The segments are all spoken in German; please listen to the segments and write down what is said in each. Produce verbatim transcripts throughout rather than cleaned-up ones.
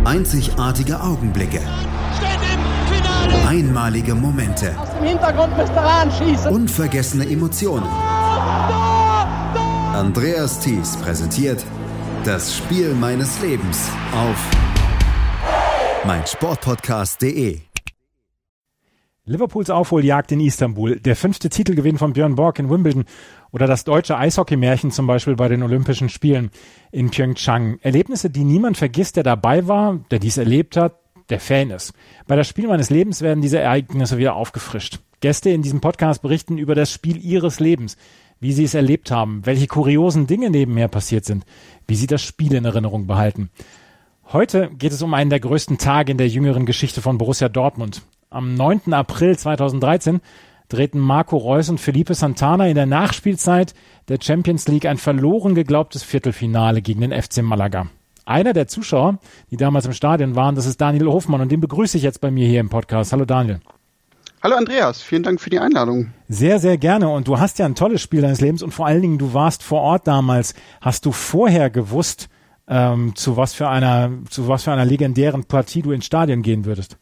Einzigartige Augenblicke. Einmalige Momente. Aus dem Hintergrund müsst ihr anschießen. Unvergessene Emotionen. Andreas Thies präsentiert das Spiel meines Lebens auf meinsportpodcast punkt de. Liverpools Aufholjagd in Istanbul, der fünfte Titelgewinn von Björn Borg in Wimbledon oder das deutsche Eishockeymärchen zum Beispiel bei den Olympischen Spielen in Pyeongchang. Erlebnisse, die niemand vergisst, der dabei war, der dies erlebt hat, der Fan ist. Bei das Spiel meines Lebens werden diese Ereignisse wieder aufgefrischt. Gäste in diesem Podcast berichten über das Spiel ihres Lebens, wie sie es erlebt haben, welche kuriosen Dinge nebenher passiert sind, wie sie das Spiel in Erinnerung behalten. Heute geht es um einen der größten Tage in der jüngeren Geschichte von Borussia Dortmund. Am neunten April zweitausenddreizehn drehten Marco Reus und Felipe Santana in der Nachspielzeit der Champions League ein verloren geglaubtes Viertelfinale gegen den F C Malaga. Einer der Zuschauer, die damals im Stadion waren, das ist Daniel Hofmann und den begrüße ich jetzt bei mir hier im Podcast. Hallo Daniel. Hallo Andreas, vielen Dank für die Einladung. Sehr, sehr gerne und du hast ja ein tolles Spiel deines Lebens und vor allen Dingen, du warst vor Ort damals. Hast du vorher gewusst, ähm, zu was für einer, zu was für einer legendären Partie du ins Stadion gehen würdest?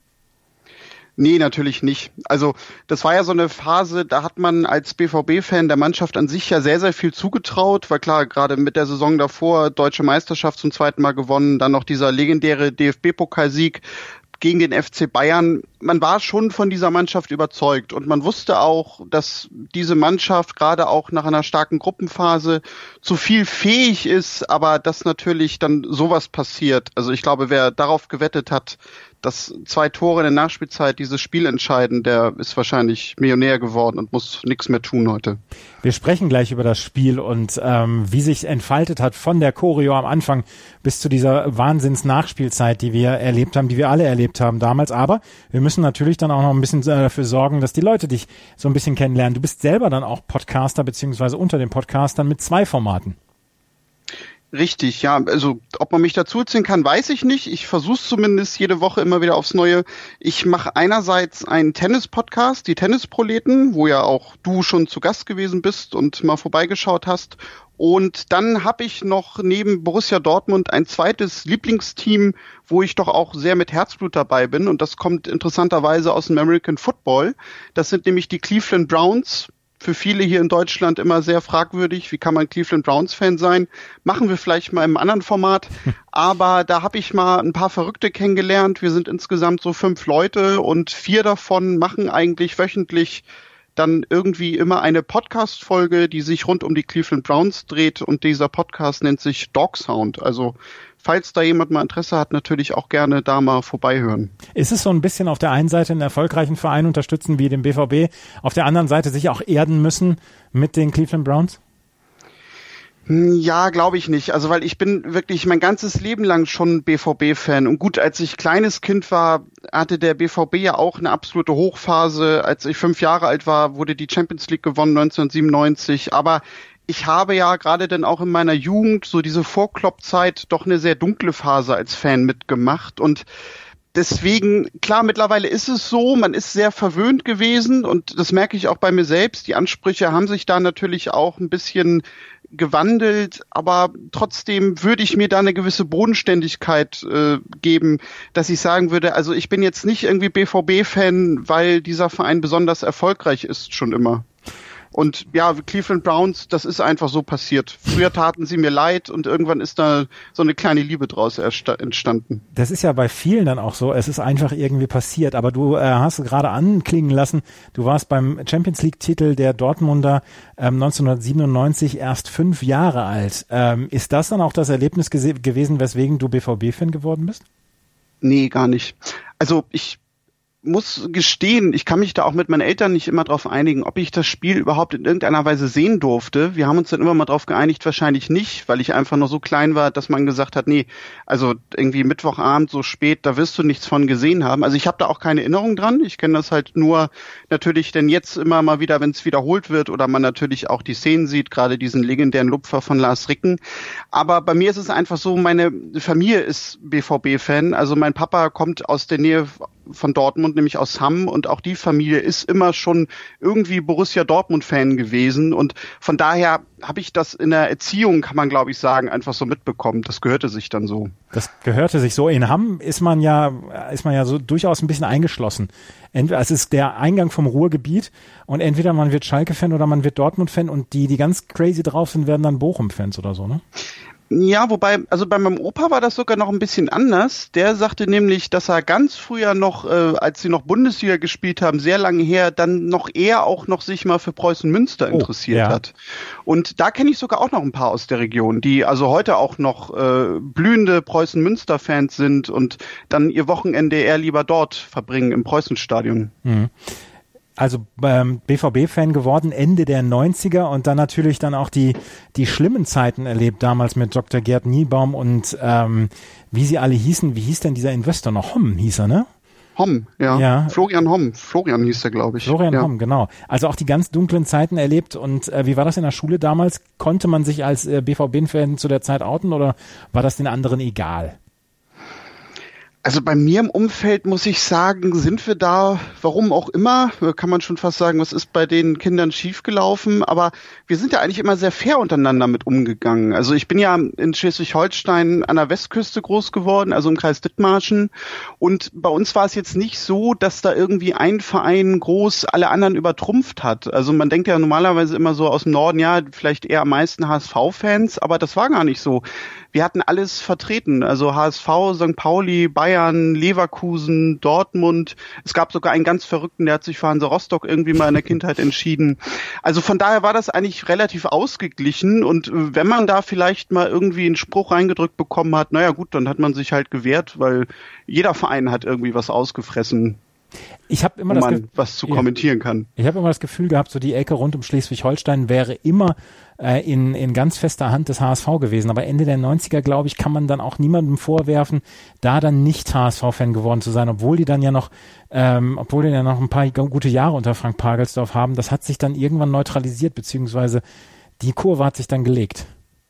Nee, natürlich nicht. Also das war ja so eine Phase, da hat man als B V B-Fan der Mannschaft an sich ja sehr, sehr viel zugetraut. War klar, gerade mit der Saison davor, Deutsche Meisterschaft zum zweiten Mal gewonnen, dann noch dieser legendäre D F B-Pokalsieg gegen den F C Bayern. Man war schon von dieser Mannschaft überzeugt und man wusste auch, dass diese Mannschaft gerade auch nach einer starken Gruppenphase zu viel fähig ist, aber dass natürlich dann sowas passiert. Also ich glaube, wer darauf gewettet hat, dass zwei Tore in der Nachspielzeit dieses Spiel entscheiden, der ist wahrscheinlich Millionär geworden und muss nichts mehr tun heute. Wir sprechen gleich über das Spiel und ähm, wie sich entfaltet hat von der Choreo am Anfang bis zu dieser Wahnsinns-Nachspielzeit, die wir erlebt haben, die wir alle erlebt haben damals. Aber wir müssen natürlich dann auch noch ein bisschen dafür sorgen, dass die Leute dich so ein bisschen kennenlernen. Du bist selber dann auch Podcaster beziehungsweise unter den Podcastern mit zwei Formaten. Richtig, ja. Also ob man mich dazu ziehen kann, weiß ich nicht. Ich versuche es zumindest jede Woche immer wieder aufs Neue. Ich mache einerseits einen Tennis-Podcast, die Tennisproleten, wo ja auch du schon zu Gast gewesen bist und mal vorbeigeschaut hast. Und dann habe ich noch neben Borussia Dortmund ein zweites Lieblingsteam, wo ich doch auch sehr mit Herzblut dabei bin. Und das kommt interessanterweise aus dem American Football. Das sind nämlich die Cleveland Browns. Für viele hier in Deutschland immer sehr fragwürdig. Wie kann man Cleveland Browns-Fan sein? Machen wir vielleicht mal im anderen Format. Aber da habe ich mal ein paar Verrückte kennengelernt. Wir sind insgesamt so fünf Leute und vier davon machen eigentlich wöchentlich dann irgendwie immer eine Podcast-Folge, die sich rund um die Cleveland Browns dreht. Und dieser Podcast nennt sich Dog Sound. Also falls da jemand mal Interesse hat, natürlich auch gerne da mal vorbeihören. Ist es so ein bisschen auf der einen Seite einen erfolgreichen Verein unterstützen wie den B V B, auf der anderen Seite sich auch erden müssen mit den Cleveland Browns? Ja, glaube ich nicht. Also weil ich bin wirklich mein ganzes Leben lang schon B V B-Fan. Und gut, als ich kleines Kind war, hatte der B V B ja auch eine absolute Hochphase. Als ich fünf Jahre alt war, wurde die Champions League gewonnen neunzehnhundertsiebenundneunzig. Aber ich habe ja gerade dann auch in meiner Jugend so diese Vorklopp-Zeit doch eine sehr dunkle Phase als Fan mitgemacht und deswegen, klar, mittlerweile ist es so, man ist sehr verwöhnt gewesen und das merke ich auch bei mir selbst. Die Ansprüche haben sich da natürlich auch ein bisschen gewandelt, aber trotzdem würde ich mir da eine gewisse Bodenständigkeit äh, geben, dass ich sagen würde, also ich bin jetzt nicht irgendwie B V B-Fan, weil dieser Verein besonders erfolgreich ist, schon immer. Und ja, Cleveland Browns, das ist einfach so passiert. Früher taten sie mir leid und irgendwann ist da so eine kleine Liebe draus entstanden. Das ist ja bei vielen dann auch so. Es ist einfach irgendwie passiert. Aber du äh, hast gerade anklingen lassen, du warst beim Champions League-Titel der Dortmunder ähm, neunzehnhundertsiebenundneunzig erst fünf Jahre alt. Ähm, ist das dann auch das Erlebnis gese- gewesen, weswegen du B V B-Fan geworden bist? Nee, gar nicht. Also ich muss gestehen, ich kann mich da auch mit meinen Eltern nicht immer drauf einigen, ob ich das Spiel überhaupt in irgendeiner Weise sehen durfte. Wir haben uns dann immer mal drauf geeinigt, wahrscheinlich nicht, weil ich einfach noch so klein war, dass man gesagt hat, nee, also irgendwie Mittwochabend so spät, da wirst du nichts von gesehen haben. Also ich habe da auch keine Erinnerung dran. Ich kenne das halt nur natürlich denn jetzt immer mal wieder, wenn es wiederholt wird oder man natürlich auch die Szenen sieht, gerade diesen legendären Lupfer von Lars Ricken. Aber bei mir ist es einfach so, meine Familie ist B V B-Fan. Also mein Papa kommt aus der Nähe von Dortmund, nämlich aus Hamm, und auch die Familie ist immer schon irgendwie Borussia Dortmund-Fan gewesen, und von daher habe ich das in der Erziehung, kann man glaube ich sagen, einfach so mitbekommen. Das gehörte sich dann so. Das gehörte sich so. In Hamm ist man ja, ist man ja so durchaus ein bisschen eingeschlossen. Entweder, es ist der Eingang vom Ruhrgebiet, und entweder man wird Schalke-Fan oder man wird Dortmund-Fan, und die, die ganz crazy drauf sind, werden dann Bochum-Fans oder so, ne? Ja, wobei, also bei meinem Opa war das sogar noch ein bisschen anders. Der sagte nämlich, dass er ganz früher noch, äh, als sie noch Bundesliga gespielt haben, sehr lange her, dann noch eher auch noch sich mal für Preußen Münster interessiert oh, ja. hat. Und da kenne ich sogar auch noch ein paar aus der Region, die also heute auch noch äh, blühende Preußen Münster-Fans sind und dann ihr Wochenende eher lieber dort verbringen, im Preußenstadion. Mhm. Also ähm, B V B-Fan geworden Ende der neunziger und dann natürlich dann auch die die schlimmen Zeiten erlebt, damals mit Doktor Gerd Niebaum und ähm, wie sie alle hießen. Wie hieß denn dieser Investor noch? Homm hieß er, ne? Homm, ja. ja. Florian Homm. Florian hieß er, glaube ich. Florian ja. Homm, genau. Also auch die ganz dunklen Zeiten erlebt. Und äh, wie war das in der Schule damals? Konnte man sich als äh, B V B-Fan zu der Zeit outen oder war das den anderen egal? Also bei mir im Umfeld muss ich sagen, sind wir da, warum auch immer, kann man schon fast sagen, was ist bei den Kindern schiefgelaufen, aber wir sind ja eigentlich immer sehr fair untereinander mit umgegangen. Also ich bin ja in Schleswig-Holstein an der Westküste groß geworden, also im Kreis Dithmarschen, und bei uns war es jetzt nicht so, dass da irgendwie ein Verein groß alle anderen übertrumpft hat. Also man denkt ja normalerweise immer so aus dem Norden, ja, vielleicht eher am meisten H S V-Fans, aber das war gar nicht so. Wir hatten alles vertreten, also H S V, Sankt Pauli, Bayern, Leverkusen, Dortmund. Es gab sogar einen ganz Verrückten, der hat sich für Hansa Rostock irgendwie mal in der Kindheit entschieden. Also von daher war das eigentlich relativ ausgeglichen, und wenn man da vielleicht mal irgendwie einen Spruch reingedrückt bekommen hat, naja gut, dann hat man sich halt gewehrt, weil jeder Verein hat irgendwie was ausgefressen. Ich habe immer wo das man Ge- was zu kommentieren kann. Ich habe immer das Gefühl gehabt, so die Ecke rund um Schleswig-Holstein wäre immer äh, in, in ganz fester Hand des H S V gewesen. Aber Ende der neunziger, glaube ich, kann man dann auch niemandem vorwerfen, da dann nicht H S V-Fan geworden zu sein, obwohl die dann ja noch, ähm, obwohl die ja noch ein paar gute Jahre unter Frank Pagelsdorf haben. Das hat sich dann irgendwann neutralisiert, beziehungsweise die Kurve hat sich dann gelegt.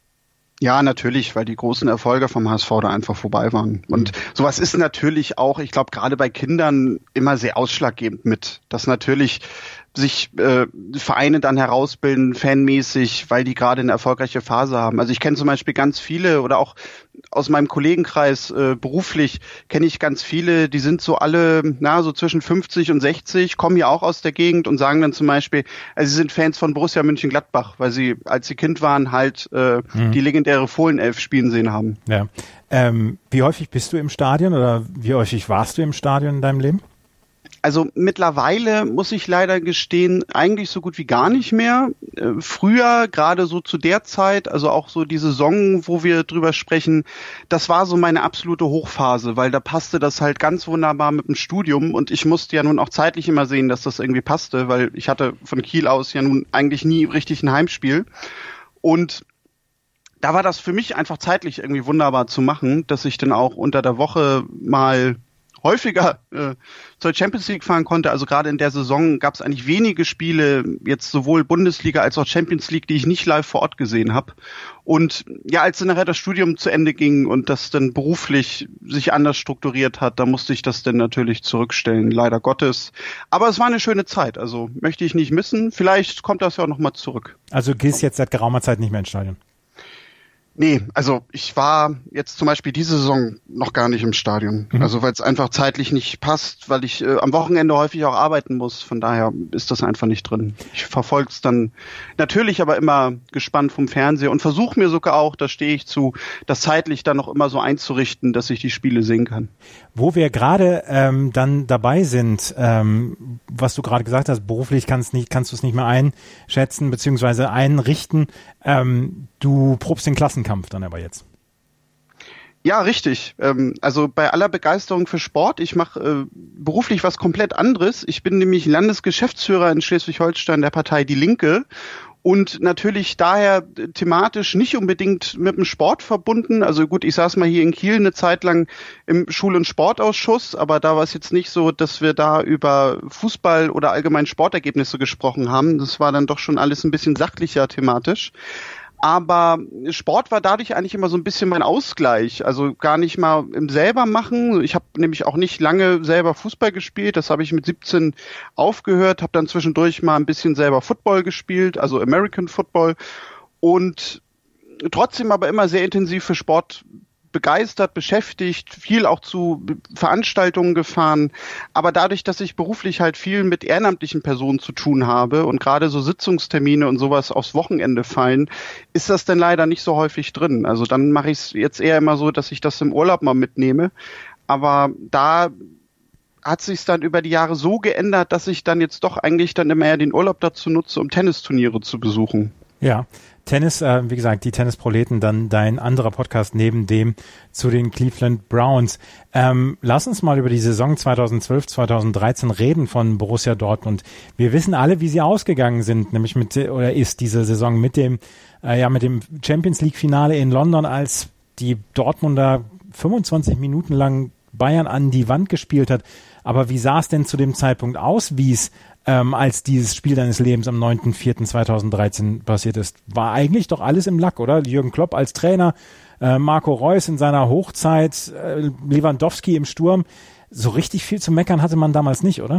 Ja, natürlich, weil die großen Erfolge vom H S V da einfach vorbei waren. Und mhm. sowas ist natürlich auch, ich glaube, gerade bei Kindern immer sehr ausschlaggebend mit, dass natürlich sich äh, Vereine dann herausbilden, fanmäßig, weil die gerade eine erfolgreiche Phase haben. Also ich kenne zum Beispiel ganz viele, oder auch aus meinem Kollegenkreis äh, beruflich kenne ich ganz viele, die sind so alle, na, so zwischen fünfzig und sechzig, kommen ja auch aus der Gegend und sagen dann zum Beispiel, also sie sind Fans von Borussia Mönchengladbach, weil sie, als sie Kind waren, halt äh, mhm. die legendäre Fohlenelf spielen sehen haben. Ja. Ähm, wie häufig bist du im Stadion oder wie häufig warst du im Stadion in deinem Leben? Also mittlerweile muss ich leider gestehen, eigentlich so gut wie gar nicht mehr. Äh, früher, gerade so zu der Zeit, also auch so die Saison, wo wir drüber sprechen, das war so meine absolute Hochphase, weil da passte das halt ganz wunderbar mit dem Studium, und ich musste ja nun auch zeitlich immer sehen, dass das irgendwie passte, weil ich hatte von Kiel aus ja nun eigentlich nie richtig ein Heimspiel, und da war das für mich einfach zeitlich irgendwie wunderbar zu machen, dass ich dann auch unter der Woche mal häufiger äh, zur Champions League fahren konnte. Also gerade in der Saison gab es eigentlich wenige Spiele, jetzt sowohl Bundesliga als auch Champions League, die ich nicht live vor Ort gesehen habe. Und ja, als dann nachher das Studium zu Ende ging und das dann beruflich sich anders strukturiert hat, da musste ich das dann natürlich zurückstellen, leider Gottes. Aber es war eine schöne Zeit, also möchte ich nicht missen. Vielleicht kommt das ja auch nochmal zurück. Also du gehst jetzt seit geraumer Zeit nicht mehr ins Stadion? Nee, also ich war jetzt zum Beispiel diese Saison noch gar nicht im Stadion. Mhm. Also weil es einfach zeitlich nicht passt, weil ich äh, am Wochenende häufig auch arbeiten muss. Von daher ist das einfach nicht drin. Ich verfolge es dann natürlich aber immer gespannt vom Fernseher und versuche mir sogar auch, da stehe ich zu, das zeitlich dann noch immer so einzurichten, dass ich die Spiele sehen kann. Wo wir gerade ähm, dann dabei sind, ähm, was du gerade gesagt hast, beruflich kannst, nicht, kannst du es nicht mehr einschätzen bzw. einrichten. Ähm, du probst den Klassenkampf dann aber jetzt. Ja, richtig. Ähm, also bei aller Begeisterung für Sport, ich mache äh, beruflich was komplett anderes. Ich bin nämlich Landesgeschäftsführer in Schleswig-Holstein der Partei Die Linke. Und natürlich daher thematisch nicht unbedingt mit dem Sport verbunden. Also gut, ich saß mal hier in Kiel eine Zeit lang im Schul- und Sportausschuss, aber da war es jetzt nicht so, dass wir da über Fußball oder allgemein Sportergebnisse gesprochen haben. Das war dann doch schon alles ein bisschen sachlicher thematisch. Aber Sport war dadurch eigentlich immer so ein bisschen mein Ausgleich. Also gar nicht mal im selber machen. Ich habe nämlich auch nicht lange selber Fußball gespielt. Das habe ich mit siebzehn aufgehört. Habe dann zwischendurch mal ein bisschen selber Football gespielt, also American Football. Und trotzdem aber immer sehr intensiv für Sport begeistert, beschäftigt, viel auch zu Veranstaltungen gefahren. Aber dadurch, dass ich beruflich halt viel mit ehrenamtlichen Personen zu tun habe und gerade so Sitzungstermine und sowas aufs Wochenende fallen, ist das dann leider nicht so häufig drin. Also dann mache ich es jetzt eher immer so, dass ich das im Urlaub mal mitnehme. Aber da hat sich dann über die Jahre so geändert, dass ich dann jetzt doch eigentlich dann immer eher den Urlaub dazu nutze, um Tennisturniere zu besuchen. Ja, Tennis, äh, wie gesagt, die Tennisproleten, dann dein anderer Podcast neben dem zu den Cleveland Browns. Ähm, lass uns mal über die Saison zweitausendzwölf, zweitausenddreizehn reden von Borussia Dortmund. Wir wissen alle, wie sie ausgegangen sind, nämlich mit, oder ist diese Saison mit dem, äh, ja, mit dem Champions League Finale in London, als die Dortmunder fünfundzwanzig Minuten lang Bayern an die Wand gespielt hat. Aber wie sah es denn zu dem Zeitpunkt aus, wie es Ähm, als dieses Spiel deines Lebens am neunten vierten zweitausenddreizehn passiert ist? War eigentlich doch alles im Lack, oder? Jürgen Klopp als Trainer, äh, Marco Reus in seiner Hochzeit, äh, Lewandowski im Sturm. So richtig viel zu meckern hatte man damals nicht, oder?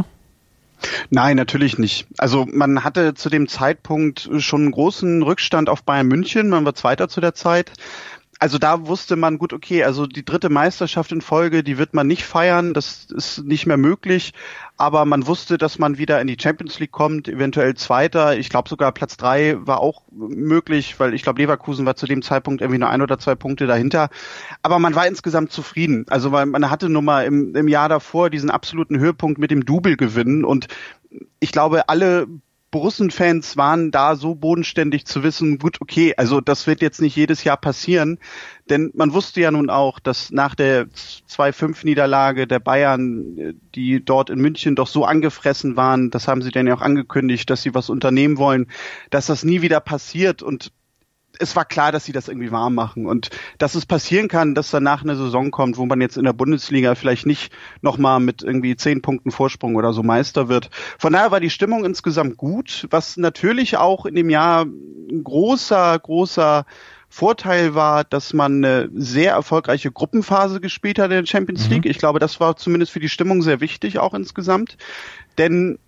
Nein, natürlich nicht. Also man hatte zu dem Zeitpunkt schon einen großen Rückstand auf Bayern München. Man war Zweiter zu der Zeit. Also da wusste man, gut, okay, also die dritte Meisterschaft in Folge, die wird man nicht feiern, das ist nicht mehr möglich, aber man wusste, dass man wieder in die Champions League kommt, eventuell Zweiter, ich glaube sogar Platz drei war auch möglich, weil ich glaube Leverkusen war zu dem Zeitpunkt irgendwie nur ein oder zwei Punkte dahinter, aber man war insgesamt zufrieden, also weil man hatte nun mal im, im Jahr davor diesen absoluten Höhepunkt mit dem Double-Gewinn und ich glaube, alle Borussen-Fans waren da so bodenständig zu wissen, gut, okay, also das wird jetzt nicht jedes Jahr passieren, denn man wusste ja nun auch, dass nach der zwei fünf Niederlage der Bayern, die dort in München doch so angefressen waren, das haben sie dann ja auch angekündigt, dass sie was unternehmen wollen, dass das nie wieder passiert und es war klar, dass sie das irgendwie warm machen und dass es passieren kann, dass danach eine Saison kommt, wo man jetzt in der Bundesliga vielleicht nicht nochmal mit irgendwie zehn Punkten Vorsprung oder so Meister wird. Von daher war die Stimmung insgesamt gut, was natürlich auch in dem Jahr ein großer, großer Vorteil war, dass man eine sehr erfolgreiche Gruppenphase gespielt hat in der Champions League. Mhm. Ich glaube, das war zumindest für die Stimmung sehr wichtig, auch insgesamt, denn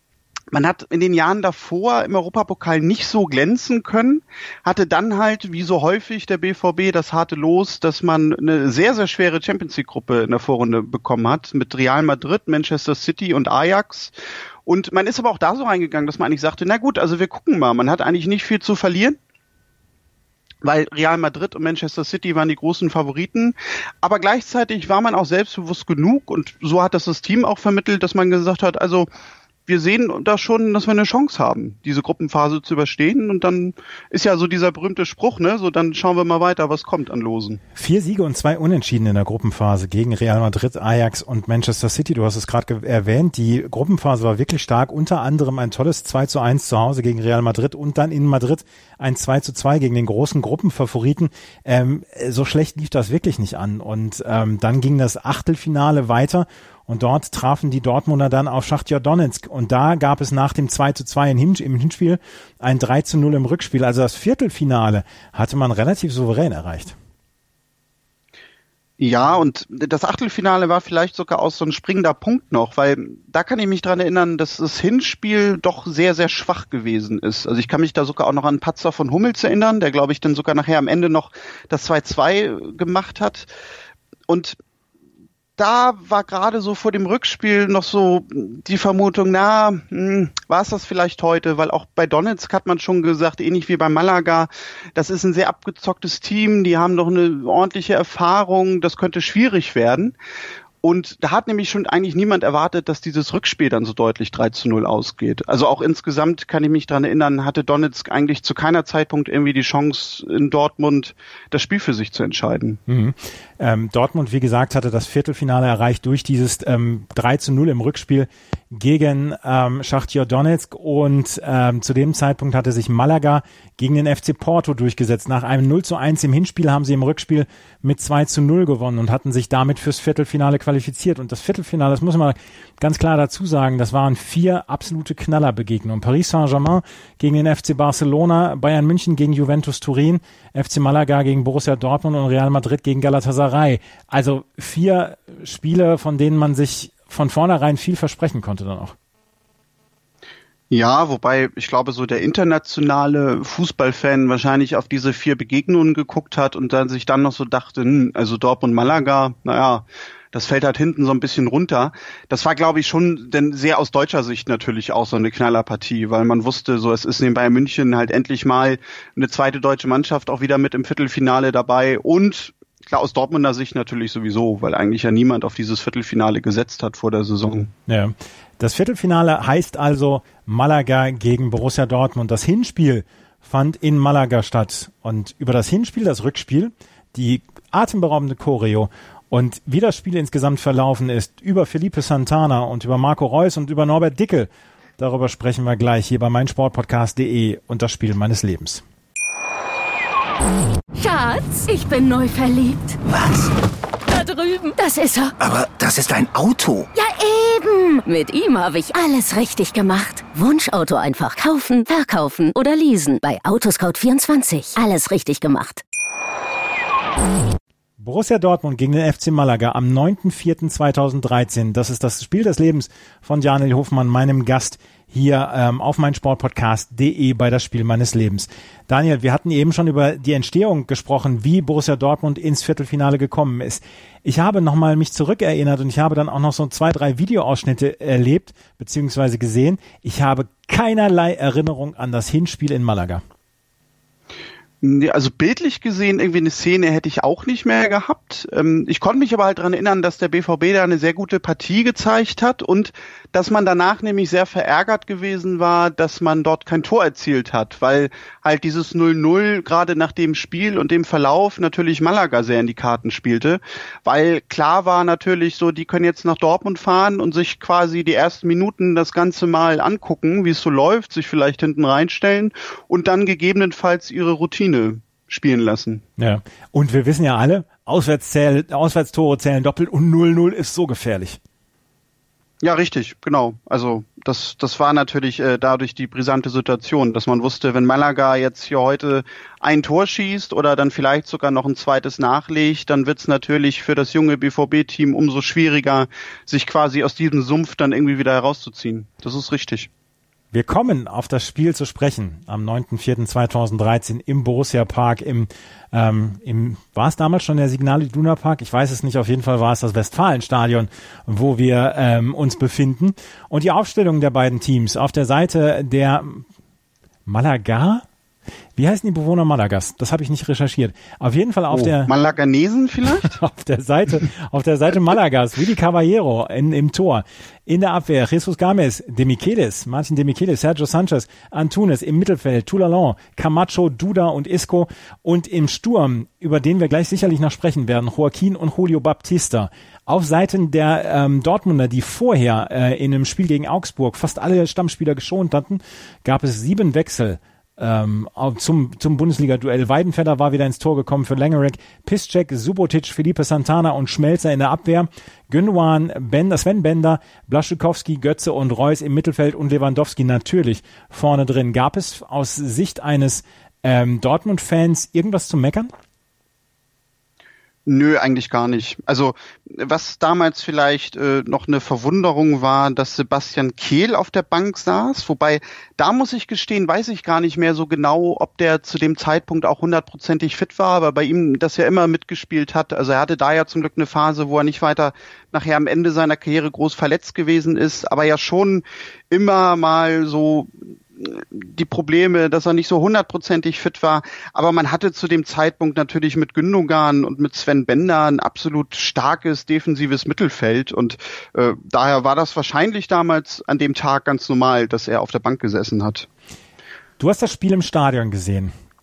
man hat in den Jahren davor im Europapokal nicht so glänzen können, hatte dann halt, wie so häufig der B V B, das harte Los, dass man eine sehr, sehr schwere Champions-League-Gruppe in der Vorrunde bekommen hat, mit Real Madrid, Manchester City und Ajax. Und man ist aber auch da so reingegangen, dass man eigentlich sagte, na gut, also wir gucken mal, man hat eigentlich nicht viel zu verlieren, weil Real Madrid und Manchester City waren die großen Favoriten. Aber gleichzeitig war man auch selbstbewusst genug und so hat das das Team auch vermittelt, dass man gesagt hat, also wir sehen da schon, dass wir eine Chance haben, diese Gruppenphase zu überstehen. Und dann ist ja so dieser berühmte Spruch, ne? So, dann schauen wir mal weiter, was kommt an Losen. Vier Siege und zwei Unentschieden in der Gruppenphase gegen Real Madrid, Ajax und Manchester City. Du hast es gerade erwähnt, die Gruppenphase war wirklich stark. Unter anderem ein tolles zwei zu eins zu Hause gegen Real Madrid und dann in Madrid ein zwei zu zwei gegen den großen Gruppenfavoriten. Ähm, so schlecht lief das wirklich nicht an. Und ähm, dann ging das Achtelfinale weiter. Und dort trafen die Dortmunder dann auf Schachtja Donetsk. Und da gab es nach dem zwei zu zwei im Hinspiel ein drei zu null im Rückspiel. Also das Viertelfinale hatte man relativ souverän erreicht. Ja, und das Achtelfinale war vielleicht sogar auch so ein springender Punkt noch, weil da kann ich mich dran erinnern, dass das Hinspiel doch sehr, sehr schwach gewesen ist. Also ich kann mich da sogar auch noch an einen Patzer von Hummels erinnern, der, glaube ich, dann sogar nachher am Ende noch das zwei zu zwei gemacht hat. Und da war gerade so vor dem Rückspiel noch so die Vermutung, na, hm, war es das vielleicht heute? Weil auch bei Donetsk hat man schon gesagt, ähnlich wie bei Malaga, das ist ein sehr abgezocktes Team, die haben doch eine ordentliche Erfahrung, das könnte schwierig werden. Und da hat nämlich schon eigentlich niemand erwartet, dass dieses Rückspiel dann so deutlich drei zu null ausgeht. Also auch insgesamt kann ich mich daran erinnern, hatte Donetsk eigentlich zu keiner Zeitpunkt irgendwie die Chance in Dortmund das Spiel für sich zu entscheiden. Mhm. Ähm, Dortmund, wie gesagt, hatte das Viertelfinale erreicht durch dieses ähm, drei zu null im Rückspiel gegen ähm, Schachtar Donetsk und ähm, zu dem Zeitpunkt hatte sich Malaga gegen den F C Porto durchgesetzt. Nach einem null zu eins im Hinspiel haben sie im Rückspiel mit zwei zu null gewonnen und hatten sich damit fürs Viertelfinale qualifiziert. Und das Viertelfinale, das muss man ganz klar dazu sagen, das waren vier absolute Knallerbegegnungen. Paris Saint-Germain gegen den F C Barcelona, Bayern München gegen Juventus Turin, F C Malaga gegen Borussia Dortmund und Real Madrid gegen Galatasaray. Also vier Spiele, von denen man sich von vornherein viel versprechen konnte dann auch. Ja, wobei ich glaube, so der internationale Fußballfan wahrscheinlich auf diese vier Begegnungen geguckt hat und dann sich dann noch so dachte, hm, also Dortmund-Malaga, naja, das fällt halt hinten so ein bisschen runter. Das war, glaube ich, schon denn sehr aus deutscher Sicht natürlich auch so eine Knallerpartie, weil man wusste, so es ist in Bayern München halt endlich mal eine zweite deutsche Mannschaft auch wieder mit im Viertelfinale dabei und klar, aus Dortmunder Sicht natürlich sowieso, weil eigentlich ja niemand auf dieses Viertelfinale gesetzt hat vor der Saison. Ja. Das Viertelfinale heißt also Malaga gegen Borussia Dortmund. Das Hinspiel fand in Malaga statt. Und über das Hinspiel, das Rückspiel, die atemberaubende Choreo und wie das Spiel insgesamt verlaufen ist, über Felipe Santana und über Marco Reus und über Norbert Dickel, darüber sprechen wir gleich hier bei meinsportpodcast punkt de und das Spiel meines Lebens. Schatz, ich bin neu verliebt. Was? Da drüben. Das ist er. Aber das ist ein Auto. Ja, eben. Mit ihm habe ich alles richtig gemacht. Wunschauto einfach kaufen, verkaufen oder leasen. Bei Autoscout vierundzwanzig. Alles richtig gemacht. Borussia Dortmund gegen den F C Malaga am neunten vierten zweitausenddreizehn. Das ist das Spiel des Lebens von Daniel Hofmann, meinem Gast hier ähm, auf meinsportpodcast punkt de bei das Spiel meines Lebens. Daniel, wir hatten eben schon über die Entstehung gesprochen, wie Borussia Dortmund ins Viertelfinale gekommen ist. Ich habe nochmal mich zurückerinnert und ich habe dann auch noch so zwei, drei Videoausschnitte erlebt bzw. gesehen. Ich habe keinerlei Erinnerung an das Hinspiel in Malaga. Also bildlich gesehen, irgendwie eine Szene hätte ich auch nicht mehr gehabt. Ich konnte mich aber halt daran erinnern, dass der B V B da eine sehr gute Partie gezeigt hat und dass man danach nämlich sehr verärgert gewesen war, dass man dort kein Tor erzielt hat, weil halt dieses null null gerade nach dem Spiel und dem Verlauf natürlich Malaga sehr in die Karten spielte, weil klar war natürlich so, die können jetzt nach Dortmund fahren und sich quasi die ersten Minuten das Ganze mal angucken, wie es so läuft, sich vielleicht hinten reinstellen und dann gegebenenfalls ihre Routine spielen lassen. Ja, und wir wissen ja alle, Auswärtszähl, Auswärtstore zählen doppelt und null null ist so gefährlich. Ja, richtig, genau. Also das das war natürlich äh, dadurch die brisante Situation, dass man wusste, wenn Malaga jetzt hier heute ein Tor schießt oder dann vielleicht sogar noch ein zweites nachlegt, dann wird's natürlich für das junge B V B-Team umso schwieriger, sich quasi aus diesem Sumpf dann irgendwie wieder herauszuziehen. Das ist richtig. Wir kommen auf das Spiel zu sprechen am neunten vierten zweitausenddreizehn im Borussia Park, im, ähm, im war es damals schon der Signal Iduna Park? Ich weiß es nicht, auf jeden Fall war es das Westfalenstadion, wo wir ähm, uns befinden. Und die Aufstellung der beiden Teams auf der Seite der Malaga, wie heißen die Bewohner Malagas? Das habe ich nicht recherchiert. Auf jeden Fall auf oh, der Malaganesen vielleicht? auf der Seite, auf der Seite Malagas, Willy Caballero in, im Tor. In der Abwehr Jesus Gomez, De Michelis, Martin De Michelis, Sergio Sanchez, Antunes im Mittelfeld, Toulalan, Camacho, Duda und Isco und im Sturm, über den wir gleich sicherlich noch sprechen werden, Joaquin und Julio Baptista. Auf Seiten der ähm, Dortmunder, die vorher äh, in einem Spiel gegen Augsburg fast alle Stammspieler geschont hatten, gab es sieben Wechsel. Ähm, zum, zum Bundesliga-Duell. Weidenfeller war wieder ins Tor gekommen für Langerack, Piszczek, Subotic, Felipe Santana und Schmelzer in der Abwehr, Gündoğan, Bender, Sven Bender, Blaszczykowski, Götze und Reus im Mittelfeld und Lewandowski natürlich vorne drin. Gab es aus Sicht eines ähm, Dortmund-Fans irgendwas zu meckern? Nö, eigentlich gar nicht. Also was damals vielleicht äh, noch eine Verwunderung war, dass Sebastian Kehl auf der Bank saß, wobei da muss ich gestehen, weiß ich gar nicht mehr so genau, ob der zu dem Zeitpunkt auch hundertprozentig fit war, aber bei ihm das ja immer mitgespielt hat. Also er hatte da ja zum Glück eine Phase, wo er nicht weiter nachher am Ende seiner Karriere groß verletzt gewesen ist, aber ja schon immer mal so die Probleme, dass er nicht so hundertprozentig fit war, aber man hatte zu dem Zeitpunkt natürlich mit Gündoğan und mit Sven Bender ein absolut starkes defensives Mittelfeld und äh, daher war das wahrscheinlich damals an dem Tag ganz normal, dass er auf der Bank gesessen hat. Du hast das Spiel im Stadion gesehen.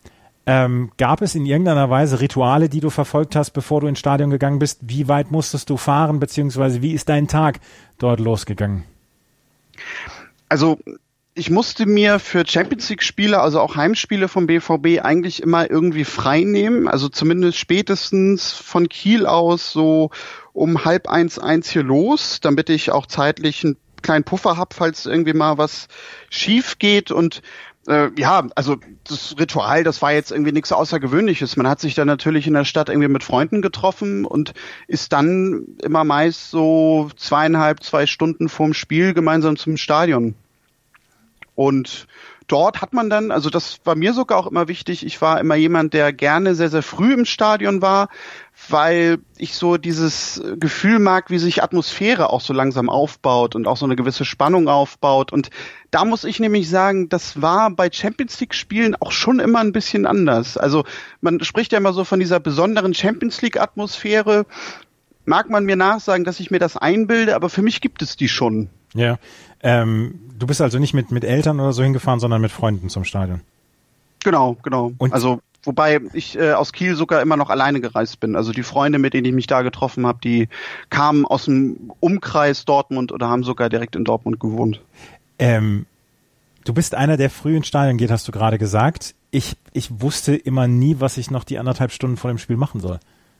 Ähm, gab es in irgendeiner Weise Rituale, die du verfolgt hast, bevor du ins Stadion gegangen bist? Wie weit musstest du fahren, beziehungsweise wie ist dein Tag dort losgegangen? Also ich musste mir für Champions League-Spiele, also auch Heimspiele vom B V B, eigentlich immer irgendwie frei nehmen. Also zumindest spätestens von Kiel aus so um halb eins, eins hier los, damit ich auch zeitlich einen kleinen Puffer habe, falls irgendwie mal was schief geht. Und äh, ja, also das Ritual, das war jetzt irgendwie nichts Außergewöhnliches. Man hat sich dann natürlich in der Stadt irgendwie mit Freunden getroffen und ist dann immer meist so zweieinhalb, zwei Stunden vorm Spiel gemeinsam zum Stadion. Und dort hat man dann, also das war mir sogar auch immer wichtig, ich war immer jemand, der gerne sehr, sehr früh im Stadion war, weil ich so dieses Gefühl mag, wie sich Atmosphäre auch so langsam aufbaut und auch so eine gewisse Spannung aufbaut. Und da muss ich nämlich sagen, das war bei Champions League Spielen auch schon immer ein bisschen anders. Also man spricht ja immer so von dieser besonderen Champions League Atmosphäre. Mag man mir nachsagen, dass ich mir das einbilde, aber für mich gibt es die schon. Ja, ähm, du bist also nicht mit, mit Eltern oder so hingefahren, sondern mit Freunden zum Stadion. Genau, genau. Und also wobei ich äh, aus Kiel sogar immer noch alleine gereist bin. Also die Freunde, mit denen ich mich da getroffen habe, die kamen aus dem Umkreis Dortmund oder haben sogar direkt in Dortmund gewohnt. Ähm, du bist einer, der früh ins Stadion geht, hast du gerade gesagt. Ich, ich wusste immer nie, was ich noch die anderthalb Stunden vor dem Spiel machen soll.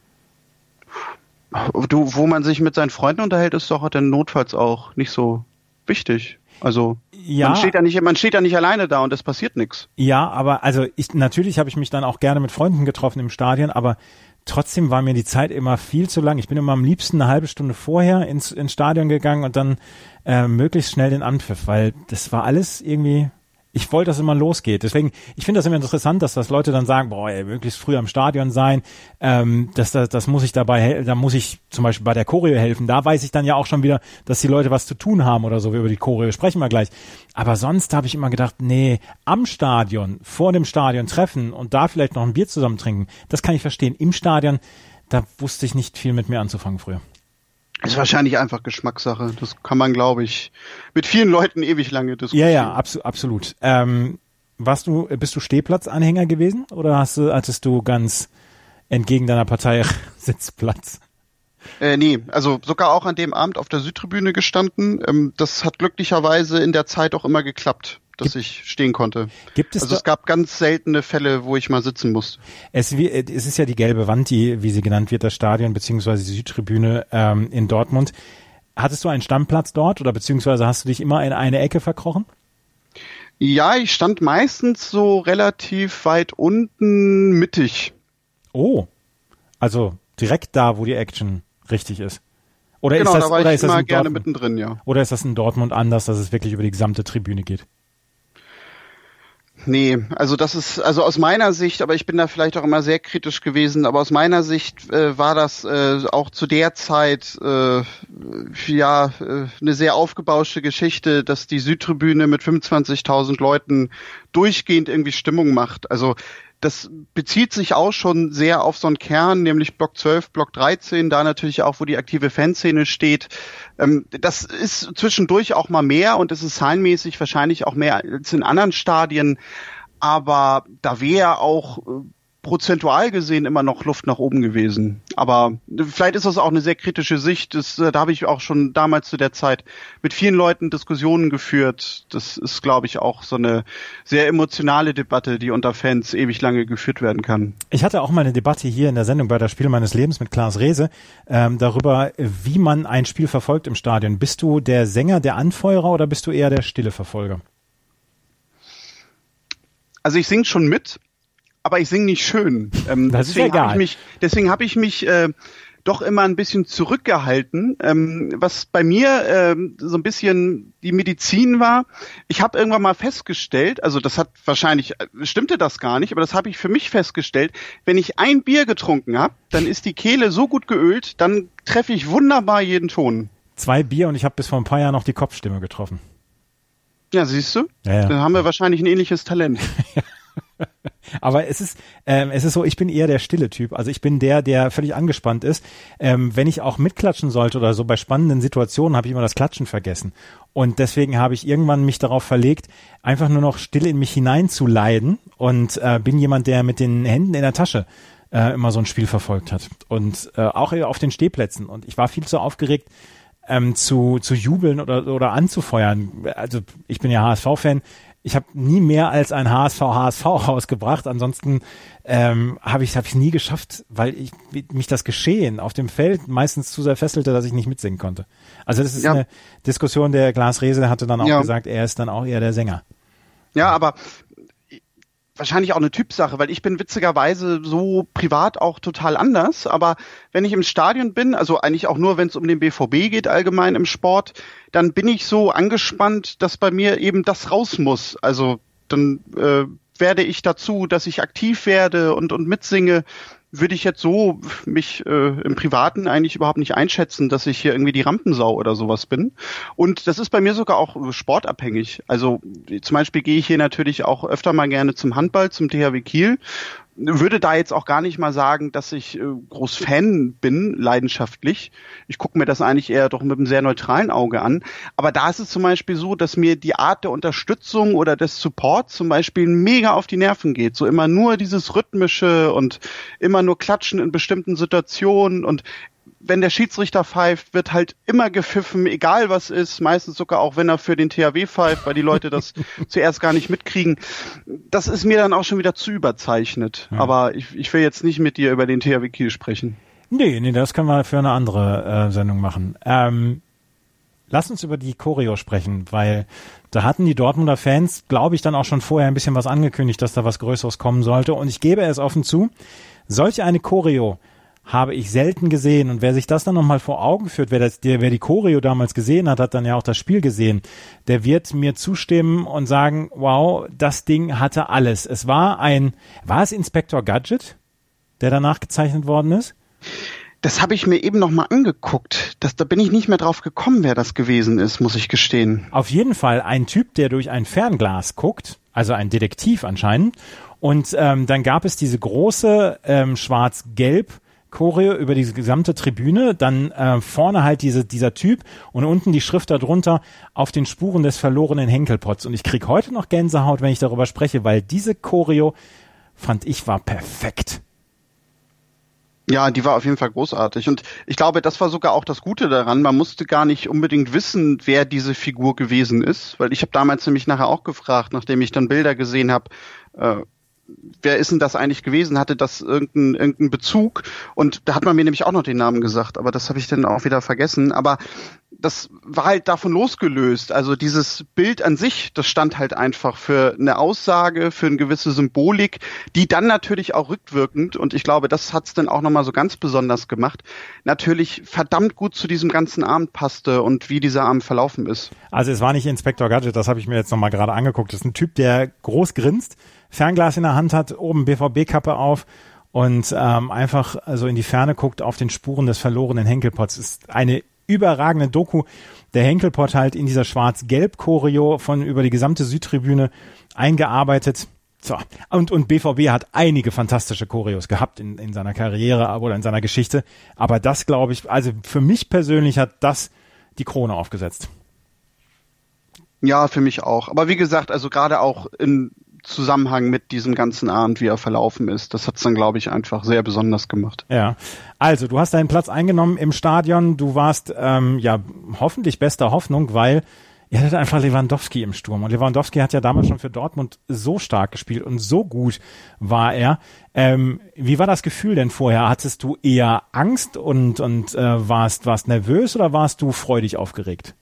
Du, wo man sich mit seinen Freunden unterhält, ist doch dann notfalls auch nicht so wichtig. Also ja, man steht ja nicht, man steht ja nicht alleine da und es passiert nichts. Ja, aber also ich natürlich habe ich mich dann auch gerne mit Freunden getroffen im Stadion, aber trotzdem war mir die Zeit immer viel zu lang. Ich bin immer am liebsten eine halbe Stunde vorher ins, ins Stadion gegangen und dann äh, möglichst schnell den Anpfiff, weil das war alles irgendwie. Ich wollte, dass es immer losgeht. Deswegen, ich finde das immer interessant, dass das Leute dann sagen, boah, ey, möglichst früh am Stadion sein, ähm, das, das, das muss ich dabei, da muss ich zum Beispiel bei der Choreo helfen. Da weiß ich dann ja auch schon wieder, dass die Leute was zu tun haben oder so. Über die Choreo sprechen wir gleich. Aber sonst habe ich immer gedacht, nee, am Stadion, vor dem Stadion treffen und da vielleicht noch ein Bier zusammen trinken, das kann ich verstehen. Im Stadion, da wusste ich nicht viel mit mir anzufangen früher. Ist wahrscheinlich einfach Geschmackssache. Das kann man, glaube ich, mit vielen Leuten ewig lange diskutieren. Ja, ja, abso- absolut. Ähm, warst du, bist du Stehplatzanhänger gewesen oder hast du, hattest du ganz entgegen deiner Partei Sitzplatz? Äh, nee, also sogar auch an dem Abend auf der Südtribüne gestanden. Ähm, das hat glücklicherweise in der Zeit auch immer geklappt, dass Gibt, ich stehen konnte. Gibt es also es gab ganz seltene Fälle, wo ich mal sitzen musste. Es, es ist ja die gelbe Wand, die, wie sie genannt wird, das Stadion beziehungsweise die Südtribüne ähm, in Dortmund. Hattest du einen Stammplatz dort oder beziehungsweise hast du dich immer in eine Ecke verkrochen? Ja, ich stand meistens so relativ weit unten mittig. Oh, also direkt da, wo die Action richtig ist. Oder genau, ist das, da war oder ich ist das immer in gerne Dortmund, mittendrin, ja. Oder ist das in Dortmund anders, dass es wirklich über die gesamte Tribüne geht? Nee, also das ist, also aus meiner Sicht, aber ich bin da vielleicht auch immer sehr kritisch gewesen, aber aus meiner Sicht äh, war das äh, auch zu der Zeit äh, ja äh, eine sehr aufgebauschte Geschichte, dass die Südtribüne mit fünfundzwanzigtausend Leuten durchgehend irgendwie Stimmung macht. Also das bezieht sich auch schon sehr auf so einen Kern, nämlich Block zwölf, Block dreizehn, da natürlich auch, wo die aktive Fanszene steht. Ähm, das ist zwischendurch auch mal mehr und es ist zahlenmäßig wahrscheinlich auch mehr als in anderen Stadien, aber da wäre auch äh, prozentual gesehen immer noch Luft nach oben gewesen. Aber vielleicht ist das auch eine sehr kritische Sicht. Das, da habe ich auch schon damals zu der Zeit mit vielen Leuten Diskussionen geführt. Das ist, glaube ich, auch so eine sehr emotionale Debatte, die unter Fans ewig lange geführt werden kann. Ich hatte auch mal eine Debatte hier in der Sendung bei das Spiel meines Lebens mit Klaas Rehse ähm, darüber, wie man ein Spiel verfolgt im Stadion. Bist du der Sänger, der Anfeuerer oder bist du eher der stille Verfolger? Also ich singe schon mit, aber ich singe nicht schön. Ähm, das ist deswegen egal. Hab ich mich, deswegen habe ich mich äh, doch immer ein bisschen zurückgehalten, ähm, was bei mir ähm, so ein bisschen die Medizin war. Ich habe irgendwann mal festgestellt, also das hat wahrscheinlich, stimmte das gar nicht, aber das habe ich für mich festgestellt, wenn ich ein Bier getrunken habe, dann ist die Kehle so gut geölt, dann treffe ich wunderbar jeden Ton. Zwei Bier und ich habe bis vor ein paar Jahren noch die Kopfstimme getroffen. Ja, siehst du? Ja, ja. Dann haben wir wahrscheinlich ein ähnliches Talent. Aber es ist, ähm, es ist so, ich bin eher der stille Typ. Also ich bin der, der völlig angespannt ist. Ähm, wenn ich auch mitklatschen sollte oder so bei spannenden Situationen, habe ich immer das Klatschen vergessen. Und deswegen habe ich irgendwann mich darauf verlegt, einfach nur noch still in mich hineinzuleiden und äh, bin jemand, der mit den Händen in der Tasche äh, immer so ein Spiel verfolgt hat. Und äh, auch auf den Stehplätzen. Und ich war viel zu aufgeregt, ähm, zu, zu jubeln oder, oder anzufeuern. Also ich bin ja H S V-Fan. Ich habe nie mehr als ein H S V H S V rausgebracht. Ansonsten ähm, habe ich es hab ich nie geschafft, weil ich mich das Geschehen auf dem Feld meistens zu sehr fesselte, dass ich nicht mitsingen konnte. Also das ist ja eine Diskussion, der Klaas Rehse hatte dann auch ja. gesagt, er ist dann auch eher der Sänger. Ja, aber wahrscheinlich auch eine Typsache, weil ich bin witzigerweise so privat auch total anders, aber wenn ich im Stadion bin, also eigentlich auch nur, wenn es um den B V B geht, allgemein im Sport, dann bin ich so angespannt, dass bei mir eben das raus muss. Also dann äh, werde ich dazu, dass ich aktiv werde und und mitsinge. Würde ich jetzt so mich äh, im Privaten eigentlich überhaupt nicht einschätzen, dass ich hier irgendwie die Rampensau oder sowas bin. Und das ist bei mir sogar auch sportabhängig. Also zum Beispiel gehe ich hier natürlich auch öfter mal gerne zum Handball, zum T H W Kiel. Würde da jetzt auch gar nicht mal sagen, dass ich äh, groß Fan bin, leidenschaftlich. Ich gucke mir das eigentlich eher doch mit einem sehr neutralen Auge an. Aber da ist es zum Beispiel so, dass mir die Art der Unterstützung oder des Supports zum Beispiel mega auf die Nerven geht. So immer nur dieses Rhythmische und immer nur Klatschen in bestimmten Situationen. Und wenn der Schiedsrichter pfeift, wird halt immer gepfiffen, egal was ist, meistens sogar auch, wenn er für den T H W pfeift, weil die Leute das zuerst gar nicht mitkriegen. Das ist mir dann auch schon wieder zu überzeichnet. Ja. Aber ich, ich will jetzt nicht mit dir über den T H W Kiel sprechen. Nee, nee, das können wir für eine andere äh, Sendung machen. Ähm, lass uns über die Choreo sprechen, weil da hatten die Dortmunder Fans, glaube ich, dann auch schon vorher ein bisschen was angekündigt, dass da was Größeres kommen sollte. Und ich gebe es offen zu, solche eine Choreo habe ich selten gesehen. Und wer sich das dann nochmal vor Augen führt, wer, das, der, wer die Choreo damals gesehen hat, hat dann ja auch das Spiel gesehen, der wird mir zustimmen und sagen, wow, das Ding hatte alles. Es war ein, war es Inspektor Gadget, der danach gezeichnet worden ist? Das habe ich mir eben nochmal angeguckt. Das, da bin ich nicht mehr drauf gekommen, wer das gewesen ist, muss ich gestehen. Auf jeden Fall ein Typ, der durch ein Fernglas guckt, also ein Detektiv anscheinend. Und ähm, dann gab es diese große ähm, schwarz-gelb Choreo über diese gesamte Tribüne, dann äh, vorne halt diese, dieser Typ und unten die Schrift darunter auf den Spuren des verlorenen Henkelpots. Und ich krieg heute noch Gänsehaut, wenn ich darüber spreche, weil diese Choreo, fand ich, war perfekt. Ja, die war auf jeden Fall großartig. Und ich glaube, das war sogar auch das Gute daran. Man musste gar nicht unbedingt wissen, wer diese Figur gewesen ist, weil ich habe damals nämlich nachher auch gefragt, nachdem ich dann Bilder gesehen habe, äh, wer ist denn das eigentlich gewesen? Hatte das irgendeinen irgendeinen Bezug? Und da hat man mir nämlich auch noch den Namen gesagt, aber das habe ich dann auch wieder vergessen. Aber das war halt davon losgelöst. Also dieses Bild an sich, das stand halt einfach für eine Aussage, für eine gewisse Symbolik, die dann natürlich auch rückwirkend, und ich glaube, das hat's dann auch nochmal so ganz besonders gemacht, natürlich verdammt gut zu diesem ganzen Abend passte und wie dieser Abend verlaufen ist. Also es war nicht Inspektor Gadget, das habe ich mir jetzt nochmal gerade angeguckt. Das ist ein Typ, der groß grinst, Fernglas in der Hand hat, oben B V B-Kappe auf und ähm, einfach also in die Ferne guckt auf den Spuren des verlorenen Henkelpots. Ist eine überragende Doku. Der Henkelpot halt in dieser Schwarz-Gelb-Choreo von über die gesamte Südtribüne eingearbeitet. So. Und, und B V B hat einige fantastische Choreos gehabt in, in seiner Karriere oder in seiner Geschichte. Aber das, glaube ich, also für mich persönlich hat das die Krone aufgesetzt. Ja, für mich auch. Aber wie gesagt, also gerade auch in Zusammenhang mit diesem ganzen Abend, wie er verlaufen ist. Das hat's dann, glaube ich, einfach sehr besonders gemacht. Ja, also du hast deinen Platz eingenommen im Stadion. Du warst ähm, ja hoffentlich bester Hoffnung, weil ihr hattet einfach Lewandowski im Sturm. Und Lewandowski hat ja damals schon für Dortmund so stark gespielt und so gut war er. Ähm, wie war das Gefühl denn vorher? Hattest du eher Angst und, und äh, warst, warst nervös oder warst du freudig aufgeregt?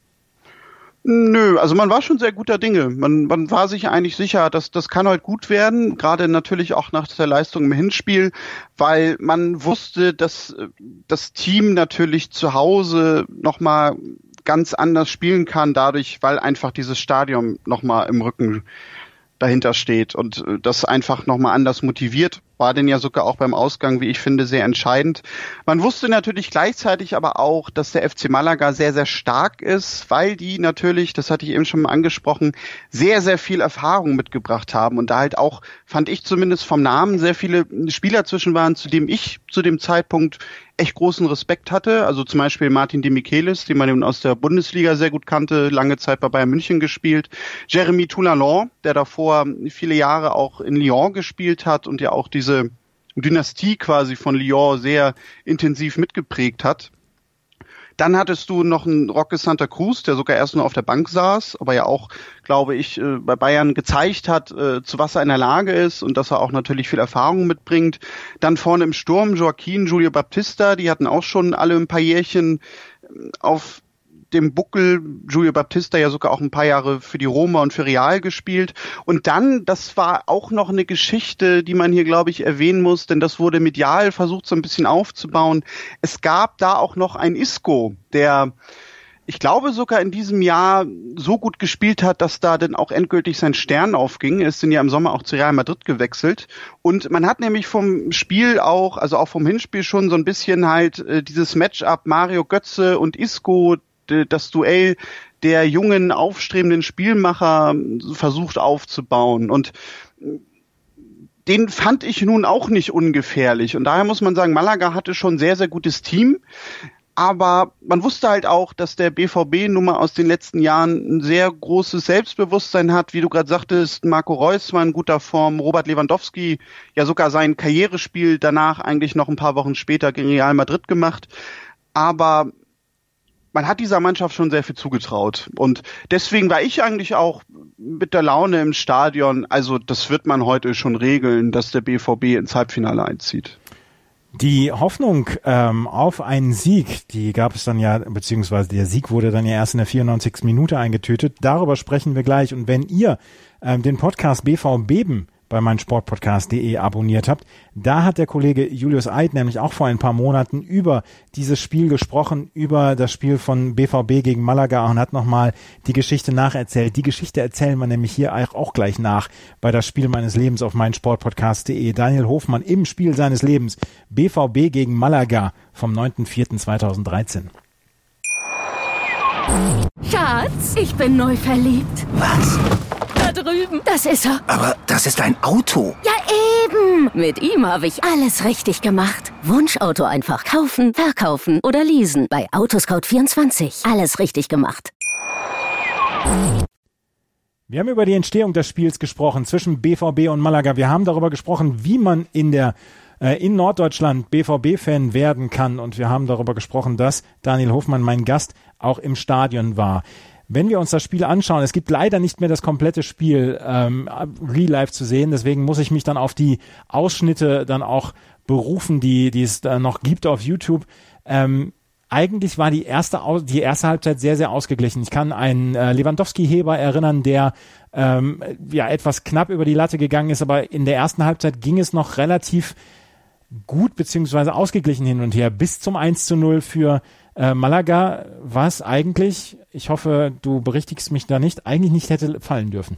Nö, also man war schon sehr guter Dinge. Man, man war sich eigentlich sicher, dass das kann heute gut werden, gerade natürlich auch nach der Leistung im Hinspiel, weil man wusste, dass das Team natürlich zu Hause nochmal ganz anders spielen kann, dadurch, weil einfach dieses Stadion nochmal im Rücken dahinter steht und das einfach nochmal anders motiviert. war denn ja sogar auch beim Ausgang, wie ich finde, sehr entscheidend. Man wusste natürlich gleichzeitig aber auch, dass der F C Malaga sehr, sehr stark ist, weil die natürlich, das hatte ich eben schon mal angesprochen, sehr, sehr viel Erfahrung mitgebracht haben und da halt auch, fand ich zumindest vom Namen, sehr viele Spieler zwischen waren, zu dem ich zu dem Zeitpunkt echt großen Respekt hatte. Also zum Beispiel Martin de Michelis, den man eben aus der Bundesliga sehr gut kannte, lange Zeit bei Bayern München gespielt. Jeremy Toulalan, der davor viele Jahre auch in Lyon gespielt hat und ja auch diese Dynastie quasi von Lyon sehr intensiv mitgeprägt hat. Dann hattest du noch einen Roque Santa Cruz, der sogar erst nur auf der Bank saß, aber ja auch, glaube ich, bei Bayern gezeigt hat, zu was er in der Lage ist und dass er auch natürlich viel Erfahrung mitbringt. Dann vorne im Sturm Joaquin, Julio Baptista, die hatten auch schon alle ein paar Jährchen auf dem Buckel, Julio Baptista ja sogar auch ein paar Jahre für die Roma und für Real gespielt. Und dann, das war auch noch eine Geschichte, die man hier, glaube ich, erwähnen muss, denn das wurde medial versucht, so ein bisschen aufzubauen. Es gab da auch noch einen Isco, der, ich glaube, sogar in diesem Jahr so gut gespielt hat, dass da dann auch endgültig sein Stern aufging. Er ist dann ja im Sommer auch zu Real Madrid gewechselt. Und man hat nämlich vom Spiel auch, also auch vom Hinspiel schon so ein bisschen halt äh, dieses Matchup Mario Götze und Isco, das Duell der jungen, aufstrebenden Spielmacher versucht aufzubauen. Und den fand ich nun auch nicht ungefährlich. Und daher muss man sagen, Malaga hatte schon ein sehr, sehr gutes Team. Aber man wusste halt auch, dass der B V B nun mal aus den letzten Jahren ein sehr großes Selbstbewusstsein hat. Wie du gerade sagtest, Marco Reus war in guter Form, Robert Lewandowski ja sogar sein Karrierespiel danach eigentlich noch ein paar Wochen später gegen Real Madrid gemacht. Aber man hat dieser Mannschaft schon sehr viel zugetraut. Und deswegen war ich eigentlich auch mit der Laune im Stadion, also das wird man heute schon regeln, dass der B V B ins Halbfinale einzieht. Die Hoffnung ähm, auf einen Sieg, die gab es dann ja, beziehungsweise der Sieg wurde dann ja erst in der vierundneunzigsten Minute eingetötet. Darüber sprechen wir gleich. Und wenn ihr ähm, den Podcast B V Beben bei meinsportpodcast punkt de abonniert habt, da hat der Kollege Julius Eid nämlich auch vor ein paar Monaten über dieses Spiel gesprochen, über das Spiel von B V B gegen Malaga und hat nochmal die Geschichte nacherzählt. Die Geschichte erzählen wir nämlich hier auch gleich nach bei das Spiel meines Lebens auf meinsportpodcast punkt de. Daniel Hofmann im Spiel seines Lebens, B V B gegen Malaga vom neunten vierten zweitausenddreizehn. Schatz, ich bin neu verliebt. Was? Da drüben. Das ist er. Aber das ist ein Auto. Ja, eben. Mit ihm habe ich alles richtig gemacht. Wunschauto einfach kaufen, verkaufen oder leasen. Bei Autoscout vierundzwanzig. Alles richtig gemacht. Wir haben über die Entstehung des Spiels gesprochen zwischen B V B und Malaga. Wir haben darüber gesprochen, wie man in der äh, in Norddeutschland B V B-Fan werden kann. Und wir haben darüber gesprochen, dass Daniel Hofmann, mein Gast, auch im Stadion war. Wenn wir uns das Spiel anschauen, es gibt leider nicht mehr das komplette Spiel ähm, real life zu sehen, deswegen muss ich mich dann auf die Ausschnitte dann auch berufen, die, die es da noch gibt auf YouTube. Ähm, eigentlich war die erste, die erste Halbzeit sehr, sehr ausgeglichen. Ich kann einen äh, Lewandowski-Heber erinnern, der ähm, ja etwas knapp über die Latte gegangen ist, aber in der ersten Halbzeit ging es noch relativ gut beziehungsweise ausgeglichen hin und her bis zum eins zu null für Äh, Malaga, was eigentlich, ich hoffe, du berichtigst mich da nicht, eigentlich nicht hätte fallen dürfen.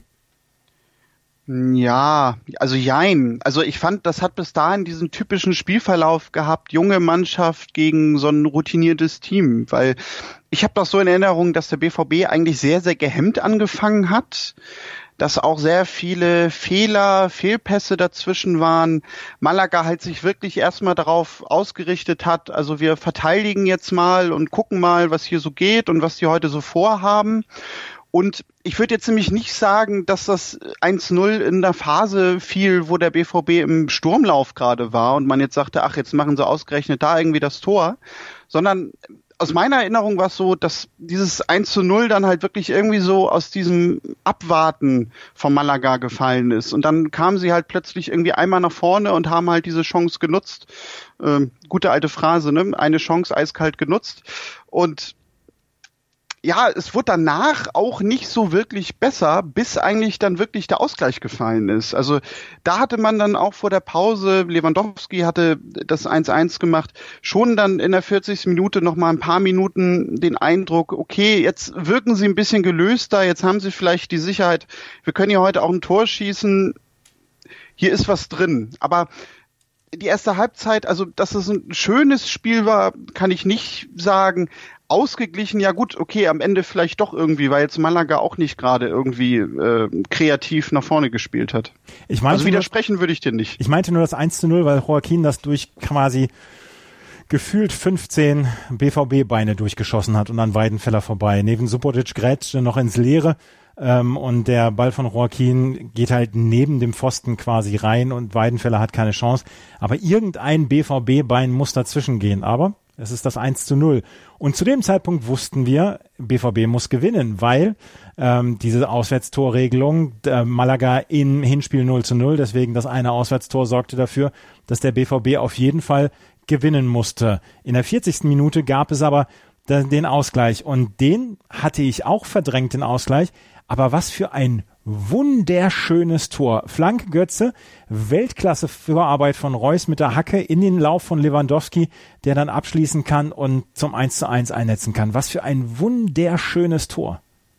Ja, also jein. Also ich fand, das hat bis dahin diesen typischen Spielverlauf gehabt, junge Mannschaft gegen so ein routiniertes Team, weil ich habe das so in Erinnerung, dass der B V B eigentlich sehr, sehr gehemmt angefangen hat, dass auch sehr viele Fehler, Fehlpässe dazwischen waren. Malaga halt sich wirklich erstmal darauf ausgerichtet hat, also wir verteidigen jetzt mal und gucken mal, was hier so geht und was die heute so vorhaben. Und ich würde jetzt nämlich nicht sagen, dass das eins null in der Phase fiel, wo der B V B im Sturmlauf gerade war und man jetzt sagte, ach, jetzt machen sie ausgerechnet da irgendwie das Tor, sondern aus meiner Erinnerung war es so, dass dieses eins zu null dann halt wirklich irgendwie so aus diesem Abwarten von Malaga gefallen ist. Und dann kamen sie halt plötzlich irgendwie einmal nach vorne und haben halt diese Chance genutzt. Ähm, gute alte Phrase, ne? Eine Chance eiskalt genutzt. Und ja, es wurde danach auch nicht so wirklich besser, bis eigentlich dann wirklich der Ausgleich gefallen ist. Also da hatte man dann auch vor der Pause, Lewandowski hatte das eins eins gemacht, schon dann in der vierzigsten Minute noch mal ein paar Minuten den Eindruck, okay, jetzt wirken sie ein bisschen gelöster, jetzt haben sie vielleicht die Sicherheit, wir können hier heute auch ein Tor schießen, hier ist was drin. Aber die erste Halbzeit, also dass es ein schönes Spiel war, kann ich nicht sagen. Ausgeglichen, ja gut, okay, am Ende vielleicht doch irgendwie, weil jetzt Malaga auch nicht gerade irgendwie äh, kreativ nach vorne gespielt hat. Ich meinte also widersprechen nur, würde ich dir nicht. Ich meinte nur das eins zu null, weil Joaquin das durch quasi gefühlt fünfzehn B V B-Beine durchgeschossen hat und an Weidenfeller vorbei. Neben Subotic grätschte noch ins Leere ähm, und der Ball von Joaquin geht halt neben dem Pfosten quasi rein und Weidenfeller hat keine Chance. Aber irgendein B V B-Bein muss dazwischen gehen. Aber es ist das eins zu null. Und zu dem Zeitpunkt wussten wir, B V B muss gewinnen, weil ähm, diese Auswärtstorregelung, äh, Malaga im Hinspiel null zu null, deswegen das eine Auswärtstor sorgte dafür, dass der B V B auf jeden Fall gewinnen musste. In der vierzigsten Minute gab es aber den Ausgleich und den hatte ich auch verdrängt, den Ausgleich. Aber was für ein wunderschönes Tor. Flanke Götze, Weltklasse Vorarbeit von Reus mit der Hacke in den Lauf von Lewandowski, der dann abschließen kann und zum eins zu eins einnetzen kann. Was für ein wunderschönes Tor.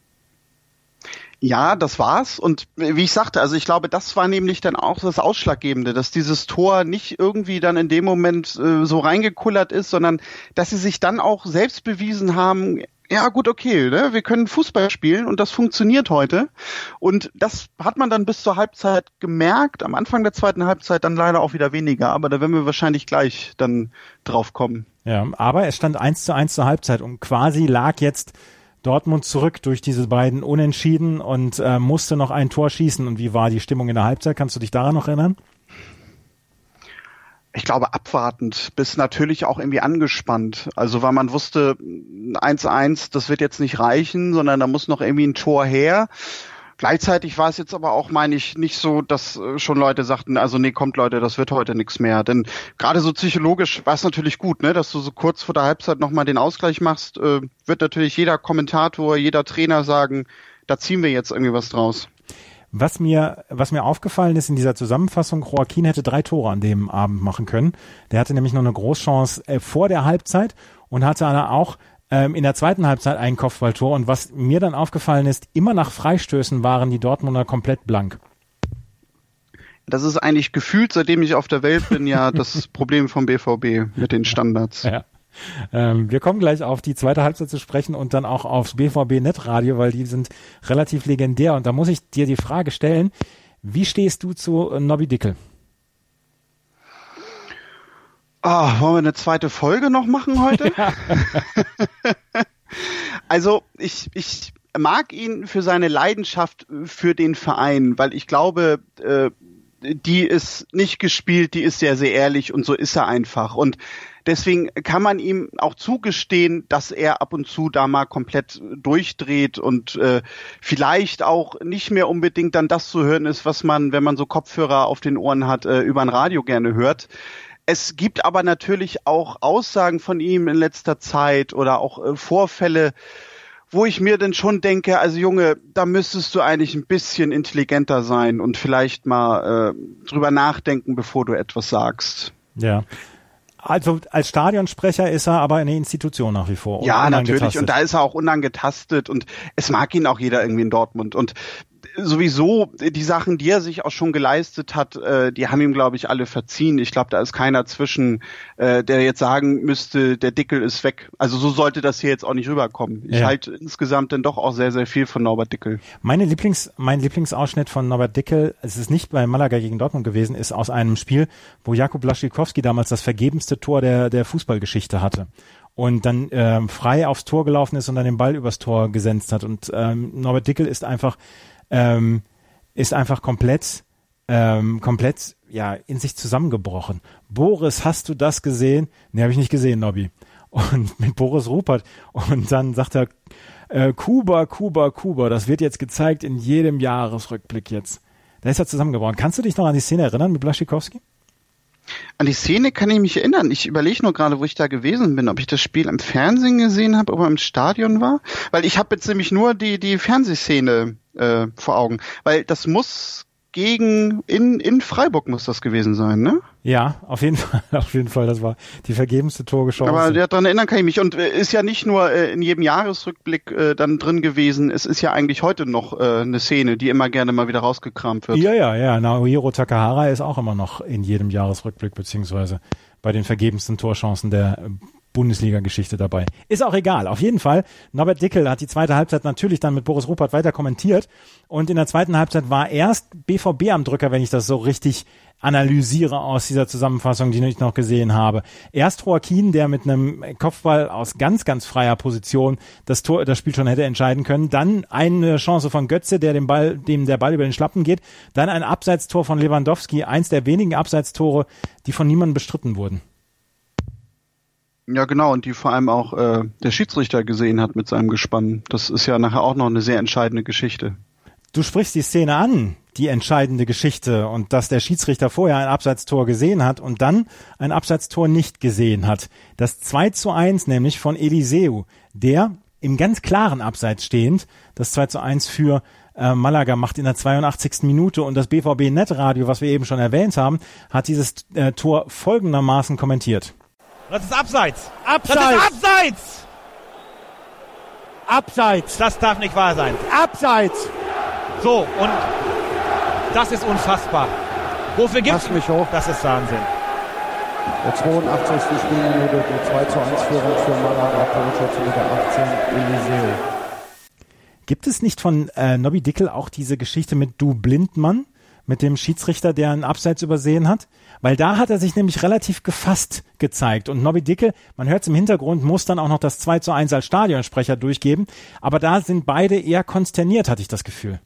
Ja, das war's. Und wie ich sagte, also ich glaube, das war nämlich dann auch das Ausschlaggebende, dass dieses Tor nicht irgendwie dann in dem Moment äh, so reingekullert ist, sondern dass sie sich dann auch selbst bewiesen haben, ja gut, okay, ne? Wir können Fußball spielen und das funktioniert heute. Und das hat man dann bis zur Halbzeit gemerkt, am Anfang der zweiten Halbzeit dann leider auch wieder weniger, aber da werden wir wahrscheinlich gleich dann drauf kommen. Ja, aber es stand eins zu eins zur Halbzeit und quasi lag jetzt Dortmund zurück durch diese beiden Unentschieden und äh, musste noch ein Tor schießen. Und wie war die Stimmung in der Halbzeit? Kannst du dich daran noch erinnern? Ich glaube abwartend, bis natürlich auch irgendwie angespannt. Also weil man wusste, eins eins, das wird jetzt nicht reichen, sondern da muss noch irgendwie ein Tor her. Gleichzeitig war es jetzt aber auch, meine ich, nicht so, dass schon Leute sagten, also nee, kommt Leute, das wird heute nichts mehr. Denn gerade so psychologisch war es natürlich gut, ne, dass du so kurz vor der Halbzeit nochmal den Ausgleich machst, äh, wird natürlich jeder Kommentator, jeder Trainer sagen, da ziehen wir jetzt irgendwie was draus. Was mir, was mir aufgefallen ist in dieser Zusammenfassung, Joaquin hätte drei Tore an dem Abend machen können. Der hatte nämlich noch eine Großchance äh, vor der Halbzeit und hatte dann auch ähm, in der zweiten Halbzeit ein Kopfballtor. Und was mir dann aufgefallen ist, immer nach Freistößen waren die Dortmunder komplett blank. Das ist eigentlich gefühlt, seitdem ich auf der Welt bin, ja das Problem vom B V B mit den Standards. Ja. Ähm, wir kommen gleich auf die zweite Halbzeit zu sprechen und dann auch aufs B V B-Netradio, weil die sind relativ legendär. Und da muss ich dir die Frage stellen, wie stehst du zu äh, Nobby Dickel? Oh, wollen wir eine zweite Folge noch machen heute? Ja. Also ich, ich mag ihn für seine Leidenschaft für den Verein, weil ich glaube, äh, die ist nicht gespielt, die ist sehr, sehr ehrlich und so ist er einfach. Und deswegen kann man ihm auch zugestehen, dass er ab und zu da mal komplett durchdreht und äh, vielleicht auch nicht mehr unbedingt dann das zu hören ist, was man, wenn man so Kopfhörer auf den Ohren hat, äh, über ein Radio gerne hört. Es gibt aber natürlich auch Aussagen von ihm in letzter Zeit oder auch äh, Vorfälle, wo ich mir denn schon denke, also Junge, da müsstest du eigentlich ein bisschen intelligenter sein und vielleicht mal äh, drüber nachdenken, bevor du etwas sagst. Ja. Also als Stadionsprecher ist er aber eine Institution nach wie vor. Ja, natürlich. Und da ist er auch unangetastet und es mag ihn auch jeder irgendwie in Dortmund. Und sowieso die Sachen, die er sich auch schon geleistet hat, äh, die haben ihm, glaube ich, alle verziehen. Ich glaube, da ist keiner zwischen, äh, der jetzt sagen müsste, der Dickel ist weg. Also so sollte das hier jetzt auch nicht rüberkommen. Ich ja. halte insgesamt dann doch auch sehr, sehr viel von Norbert Dickel. Meine Lieblings, mein Lieblingsausschnitt von Norbert Dickel, es ist nicht bei Malaga gegen Dortmund gewesen, ist aus einem Spiel, wo Jakub Blaszczykowski damals das vergebenste Tor der, der Fußballgeschichte hatte. Und dann ähm, frei aufs Tor gelaufen ist und dann den Ball übers Tor gesenzt hat. Und ähm, Norbert Dickel ist einfach Ähm, ist einfach komplett, ähm, komplett, ja, in sich zusammengebrochen. Boris, hast du das gesehen? Nee, habe ich nicht gesehen, Nobby. Und mit Boris Rupert. Und dann sagt er, äh, Kuba, Kuba, Kuba, das wird jetzt gezeigt in jedem Jahresrückblick jetzt. Da ist er zusammengebrochen. Kannst du dich noch an die Szene erinnern mit Blaszczykowski? An die Szene kann ich mich erinnern. Ich überlege nur gerade, wo ich da gewesen bin, ob ich das Spiel im Fernsehen gesehen habe, ob er im Stadion war. Weil ich habe jetzt nämlich nur die die Fernsehszene äh, vor Augen. Weil das muss gegen, in, in Freiburg muss das gewesen sein, ne? Ja, auf jeden Fall, auf jeden Fall, das war die vergebenste Torchance. Aber daran erinnern kann ich mich. Und äh, ist ja nicht nur äh, in jedem Jahresrückblick äh, dann drin gewesen, es ist ja eigentlich heute noch äh, eine Szene, die immer gerne mal wieder rausgekramt wird. Ja, ja, ja, Naohiro Takahara ist auch immer noch in jedem Jahresrückblick, beziehungsweise bei den vergebensten Torchancen der Bundesliga-Geschichte dabei. Ist auch egal. Auf jeden Fall, Norbert Dickel hat die zweite Halbzeit natürlich dann mit Boris Ruppert weiter kommentiert und in der zweiten Halbzeit war erst B V B am Drücker, wenn ich das so richtig analysiere aus dieser Zusammenfassung, die ich noch gesehen habe. Erst Joaquin, der mit einem Kopfball aus ganz, ganz freier Position das Tor, das Spiel schon hätte entscheiden können. Dann eine Chance von Götze, der dem Ball, dem der Ball über den Schlappen geht. Dann ein Abseitstor von Lewandowski, eins der wenigen Abseitstore, die von niemandem bestritten wurden. Ja, genau, und die vor allem auch äh, der Schiedsrichter gesehen hat mit seinem Gespann. Das ist ja nachher auch noch eine sehr entscheidende Geschichte. Du sprichst die Szene an, die entscheidende Geschichte, und dass der Schiedsrichter vorher ein Abseitstor gesehen hat und dann ein Abseitstor nicht gesehen hat. Das zwei zu eins nämlich von Eliseu, der im ganz klaren Abseits stehend das zwei zu eins für äh, Malaga macht in der zweiundachtzigsten Minute, und das B V B-Netradio, was wir eben schon erwähnt haben, hat dieses äh, Tor folgendermaßen kommentiert. Das ist Abseits. Abseits. Das ist Abseits. Abseits. Das darf nicht wahr sein. Abseits. So, und das ist unfassbar. Wofür gibt's Lass mich hoch. Das ist Wahnsinn. Der zweiundachtzigste Spielminute, die zwei zu eins Führung für Malaga, Torschütze mit der achtzehn, Eliseu. Gibt es nicht von äh, Nobby Dickel auch diese Geschichte mit Du Blindmann, mit dem Schiedsrichter, der einen Abseits übersehen hat? Weil da hat er sich nämlich relativ gefasst gezeigt. Und Nobby Dickel, man hört es im Hintergrund, muss dann auch noch das zwei zu eins als Stadionsprecher durchgeben. Aber da sind beide eher konsterniert, hatte ich das Gefühl.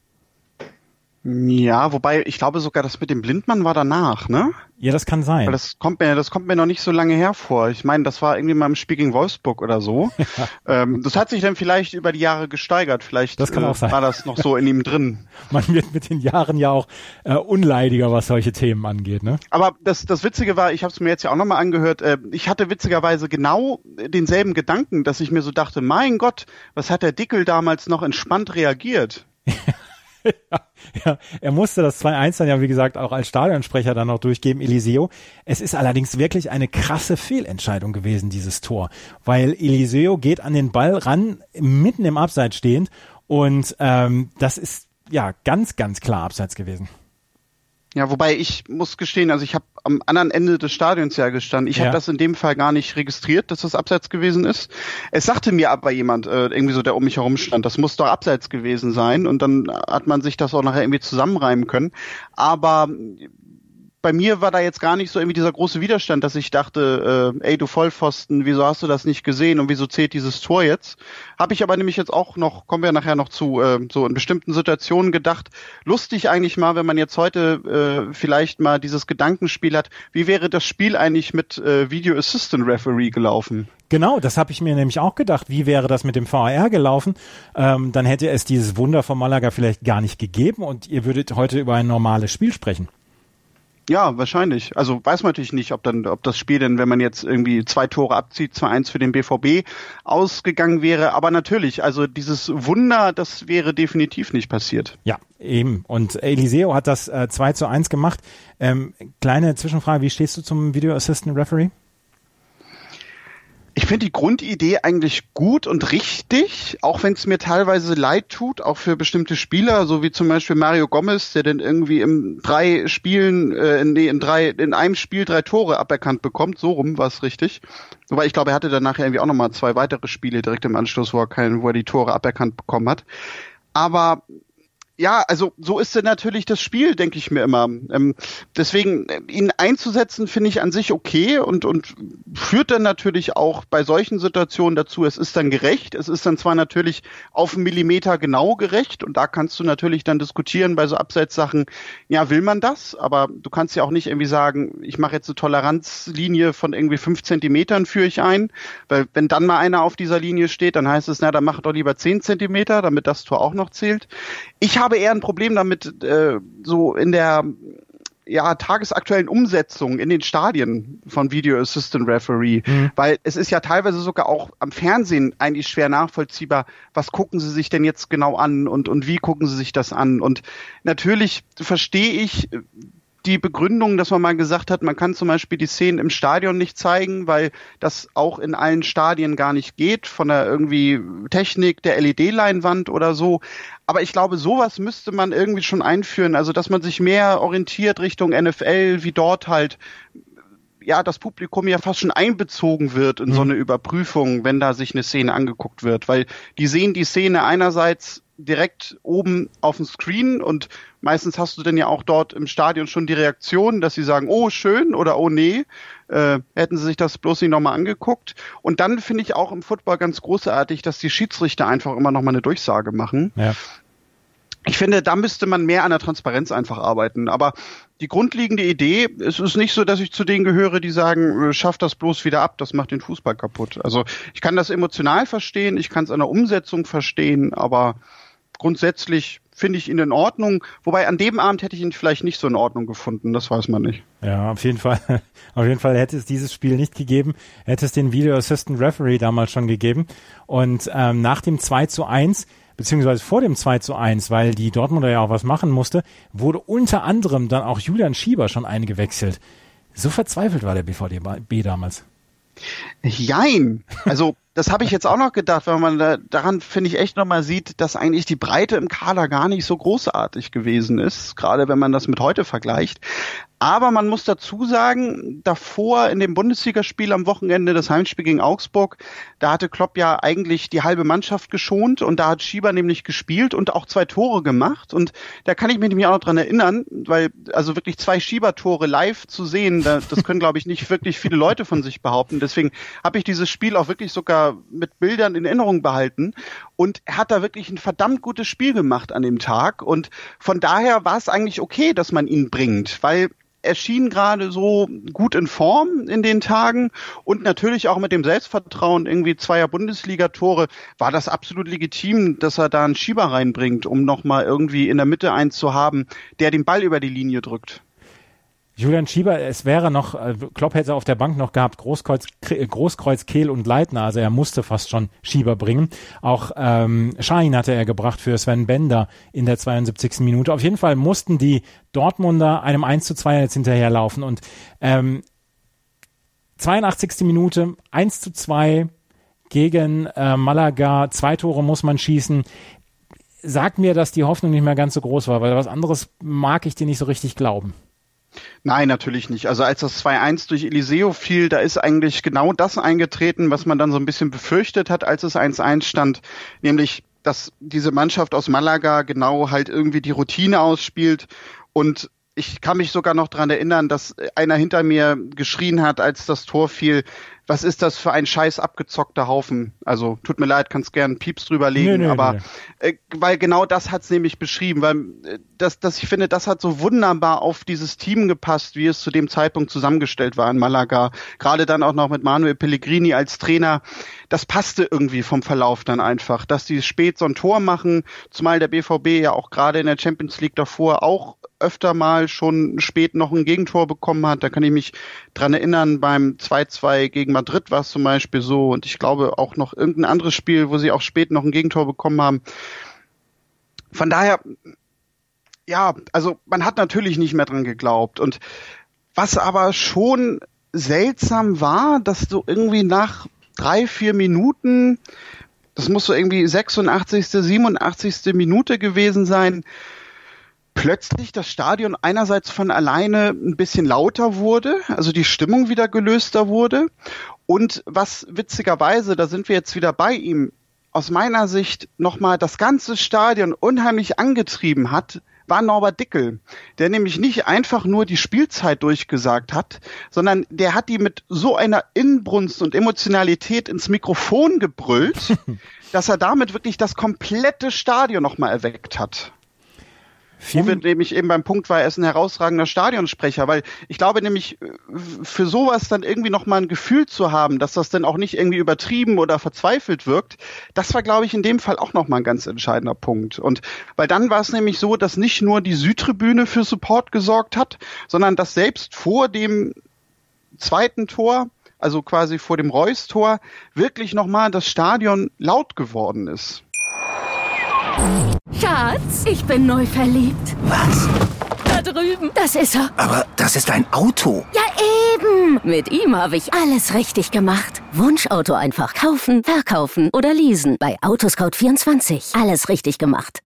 Ja, wobei, ich glaube sogar, das mit dem Blindmann war danach, ne? Ja, das kann sein. Weil das kommt mir, das kommt mir noch nicht so lange hervor. Ich meine, das war irgendwie mal im Spiel gegen Wolfsburg oder so. Ja. Ähm, das hat sich dann vielleicht über die Jahre gesteigert. Vielleicht das kann auch sein. Äh, war das noch so in ihm drin. Man wird mit den Jahren ja auch äh, unleidiger, was solche Themen angeht, ne? Aber das, das Witzige war, ich habe es mir jetzt ja auch nochmal angehört, äh, ich hatte witzigerweise genau denselben Gedanken, dass ich mir so dachte, mein Gott, was hat der Dickel damals noch entspannt reagiert? Ja, ja, er musste das zwei eins dann ja, wie gesagt, auch als Stadionsprecher dann noch durchgeben, Eliseu. Es ist allerdings wirklich eine krasse Fehlentscheidung gewesen, dieses Tor, weil Eliseu geht an den Ball ran, mitten im Abseits stehend, und ähm, das ist ja ganz, ganz klar Abseits gewesen. Ja, wobei ich muss gestehen, also ich habe am anderen Ende des Stadions ja gestanden. Ich ja. habe das in dem Fall gar nicht registriert, dass das Abseits gewesen ist. Es sagte mir aber jemand, äh, irgendwie so, der um mich herum stand, das muss doch Abseits gewesen sein. Und dann hat man sich das auch nachher irgendwie zusammenreimen können. Aber bei mir war da jetzt gar nicht so irgendwie dieser große Widerstand, dass ich dachte, äh, ey du Vollpfosten, wieso hast du das nicht gesehen und wieso zählt dieses Tor jetzt? Habe ich aber nämlich jetzt auch noch, kommen wir nachher noch zu, äh, so in bestimmten Situationen gedacht, lustig eigentlich mal, wenn man jetzt heute äh, vielleicht mal dieses Gedankenspiel hat, wie wäre das Spiel eigentlich mit äh, Video Assistant Referee gelaufen? Genau, das habe ich mir nämlich auch gedacht. Wie wäre das mit dem V A R gelaufen? Ähm, dann hätte es dieses Wunder von Malaga vielleicht gar nicht gegeben und ihr würdet heute über ein normales Spiel sprechen. Ja, wahrscheinlich. Also weiß man natürlich nicht, ob dann, ob das Spiel denn, wenn man jetzt irgendwie zwei Tore abzieht, zwei eins für den B V B ausgegangen wäre. Aber natürlich, also dieses Wunder, das wäre definitiv nicht passiert. Ja, eben. Und Eliseu hat das äh, zwei zu eins gemacht. Ähm, kleine Zwischenfrage, wie stehst du zum Video Assistant Referee? Ich finde die Grundidee eigentlich gut und richtig, auch wenn es mir teilweise leid tut, auch für bestimmte Spieler, so wie zum Beispiel Mario Gomez, der dann irgendwie in drei Spielen, äh, nee, in drei, in einem Spiel drei Tore aberkannt bekommt, so rum war es richtig. Wobei ich glaube, er hatte dann nachher irgendwie auch nochmal zwei weitere Spiele direkt im Anschluss, wo er keinen, wo er die Tore aberkannt bekommen hat. Aber ja, also so ist denn natürlich das Spiel, denke ich mir immer. Ähm, deswegen, ihn einzusetzen, finde ich an sich okay und und führt dann natürlich auch bei solchen Situationen dazu, es ist dann gerecht, es ist dann zwar natürlich auf einen Millimeter genau gerecht und da kannst du natürlich dann diskutieren bei so Abseitssachen, ja, will man das? Aber du kannst ja auch nicht irgendwie sagen, ich mache jetzt eine Toleranzlinie von irgendwie fünf Zentimetern führe ich ein, weil wenn dann mal einer auf dieser Linie steht, dann heißt es, na, dann mach doch lieber zehn Zentimeter, damit das Tor auch noch zählt. Ich habe eher ein Problem damit, äh, so in der ja, tagesaktuellen Umsetzungen in den Stadien von Video Assistant Referee, mhm. weil es ist ja teilweise sogar auch am Fernsehen eigentlich schwer nachvollziehbar, was gucken sie sich denn jetzt genau an und, und wie gucken sie sich das an. Und natürlich verstehe ich die Begründung, dass man mal gesagt hat, man kann zum Beispiel die Szenen im Stadion nicht zeigen, weil das auch in allen Stadien gar nicht geht, von der irgendwie Technik der L E D-Leinwand oder so. Aber ich glaube, sowas müsste man irgendwie schon einführen, also dass man sich mehr orientiert Richtung N F L, wie dort halt ja das Publikum ja fast schon einbezogen wird in mhm. so eine Überprüfung, wenn da sich eine Szene angeguckt wird, weil die sehen die Szene einerseits direkt oben auf dem Screen und meistens hast du dann ja auch dort im Stadion schon die Reaktion, dass sie sagen, oh schön oder oh nee, äh, hätten sie sich das bloß nicht nochmal angeguckt. Und dann finde ich auch im Football ganz großartig, dass die Schiedsrichter einfach immer nochmal eine Durchsage machen. Ja. Ich finde, da müsste man mehr an der Transparenz einfach arbeiten. Aber die grundlegende Idee, es ist nicht so, dass ich zu denen gehöre, die sagen, schafft das bloß wieder ab, das macht den Fußball kaputt. Also ich kann das emotional verstehen, ich kann es an der Umsetzung verstehen, aber grundsätzlich finde ich ihn in Ordnung. Wobei an dem Abend hätte ich ihn vielleicht nicht so in Ordnung gefunden, das weiß man nicht. Ja, auf jeden Fall. Auf jeden Fall hätte es dieses Spiel nicht gegeben, hätte es den Video Assistant Referee damals schon gegeben. Und ähm, nach dem zwei zu eins beziehungsweise vor dem zwei zu eins, weil die Dortmunder ja auch was machen musste, wurde unter anderem dann auch Julian Schieber schon eingewechselt. So verzweifelt war der B V B damals. Jein. Also das habe ich jetzt auch noch gedacht, weil man da, daran, finde ich, echt nochmal sieht, dass eigentlich die Breite im Kader gar nicht so großartig gewesen ist, gerade wenn man das mit heute vergleicht. Aber man muss dazu sagen, davor in dem Bundesligaspiel am Wochenende, das Heimspiel gegen Augsburg, da hatte Klopp ja eigentlich die halbe Mannschaft geschont und da hat Schieber nämlich gespielt und auch zwei Tore gemacht. Und da kann ich mich nämlich auch noch dran erinnern, weil also wirklich zwei Schieber-Tore live zu sehen, da, das können, glaube ich, nicht wirklich viele Leute von sich behaupten. Deswegen habe ich dieses Spiel auch wirklich sogar mit Bildern in Erinnerung behalten. Und er hat da wirklich ein verdammt gutes Spiel gemacht an dem Tag. Und von daher war es eigentlich okay, dass man ihn bringt, weil er schien gerade so gut in Form in den Tagen und natürlich auch mit dem Selbstvertrauen irgendwie zweier Bundesliga-Tore war das absolut legitim, dass er da einen Schieber reinbringt, um nochmal irgendwie in der Mitte einen zu haben, der den Ball über die Linie drückt. Julian Schieber, es wäre noch, Klopp hätte auf der Bank noch gehabt, Großkreuz, Großkreuz, Kehl und Leitner, also er musste fast schon Schieber bringen. Auch ähm, Schein hatte er gebracht für Sven Bender in der zweiundsiebzigsten Minute. Auf jeden Fall mussten die Dortmunder einem eins zu zwei jetzt hinterherlaufen und ähm, zweiundachtzigste Minute eins zu zwei gegen äh, Malaga, zwei Tore muss man schießen. Sag mir, dass die Hoffnung nicht mehr ganz so groß war, weil was anderes mag ich dir nicht so richtig glauben. Nein, natürlich nicht. Also als das zwei eins durch Eliseo fiel, da ist eigentlich genau das eingetreten, was man dann so ein bisschen befürchtet hat, als es eins eins stand, nämlich, dass diese Mannschaft aus Malaga genau halt irgendwie die Routine ausspielt und ich kann mich sogar noch dran erinnern, dass einer hinter mir geschrien hat, als das Tor fiel, was ist das für ein scheiß abgezockter Haufen? Also tut mir leid, kannst gern Pieps drüberlegen, nee, nee, aber nee. Äh, weil genau das hat's nämlich beschrieben, weil äh, das, das ich finde, das hat so wunderbar auf dieses Team gepasst, wie es zu dem Zeitpunkt zusammengestellt war in Malaga. Gerade dann auch noch mit Manuel Pellegrini als Trainer. Das passte irgendwie vom Verlauf dann einfach, dass die spät so ein Tor machen, zumal der B V B ja auch gerade in der Champions League davor auch öfter mal schon spät noch ein Gegentor bekommen hat. Da kann ich mich dran erinnern, beim zwei zwei gegen Madrid war es zum Beispiel so und ich glaube auch noch irgendein anderes Spiel, wo sie auch spät noch ein Gegentor bekommen haben. Von daher, ja, also man hat natürlich nicht mehr dran geglaubt und was aber schon seltsam war, dass du irgendwie nach drei, vier Minuten, das muss so irgendwie sechsundachtzigste, siebenundachtzigste Minute gewesen sein, plötzlich das Stadion einerseits von alleine ein bisschen lauter wurde, also die Stimmung wieder gelöster wurde und was witzigerweise, da sind wir jetzt wieder bei ihm, aus meiner Sicht nochmal das ganze Stadion unheimlich angetrieben hat, war Norbert Dickel, der nämlich nicht einfach nur die Spielzeit durchgesagt hat, sondern der hat die mit so einer Inbrunst und Emotionalität ins Mikrofon gebrüllt, dass er damit wirklich das komplette Stadion nochmal erweckt hat. Wo wir nämlich eben beim Punkt war, er ist ein herausragender Stadionsprecher, weil ich glaube nämlich, für sowas dann irgendwie nochmal ein Gefühl zu haben, dass das dann auch nicht irgendwie übertrieben oder verzweifelt wirkt, das war, glaube ich, in dem Fall auch nochmal ein ganz entscheidender Punkt. Und weil dann war es nämlich so, dass nicht nur die Südtribüne für Support gesorgt hat, sondern dass selbst vor dem zweiten Tor, also quasi vor dem Reus-Tor, wirklich nochmal das Stadion laut geworden ist. Schatz, ich bin neu verliebt. Was? Da drüben. Das ist er. Aber das ist ein Auto. Ja, eben. Mit ihm habe ich alles richtig gemacht. Wunschauto einfach kaufen, verkaufen oder leasen. Bei Autoscout vierundzwanzig. Alles richtig gemacht.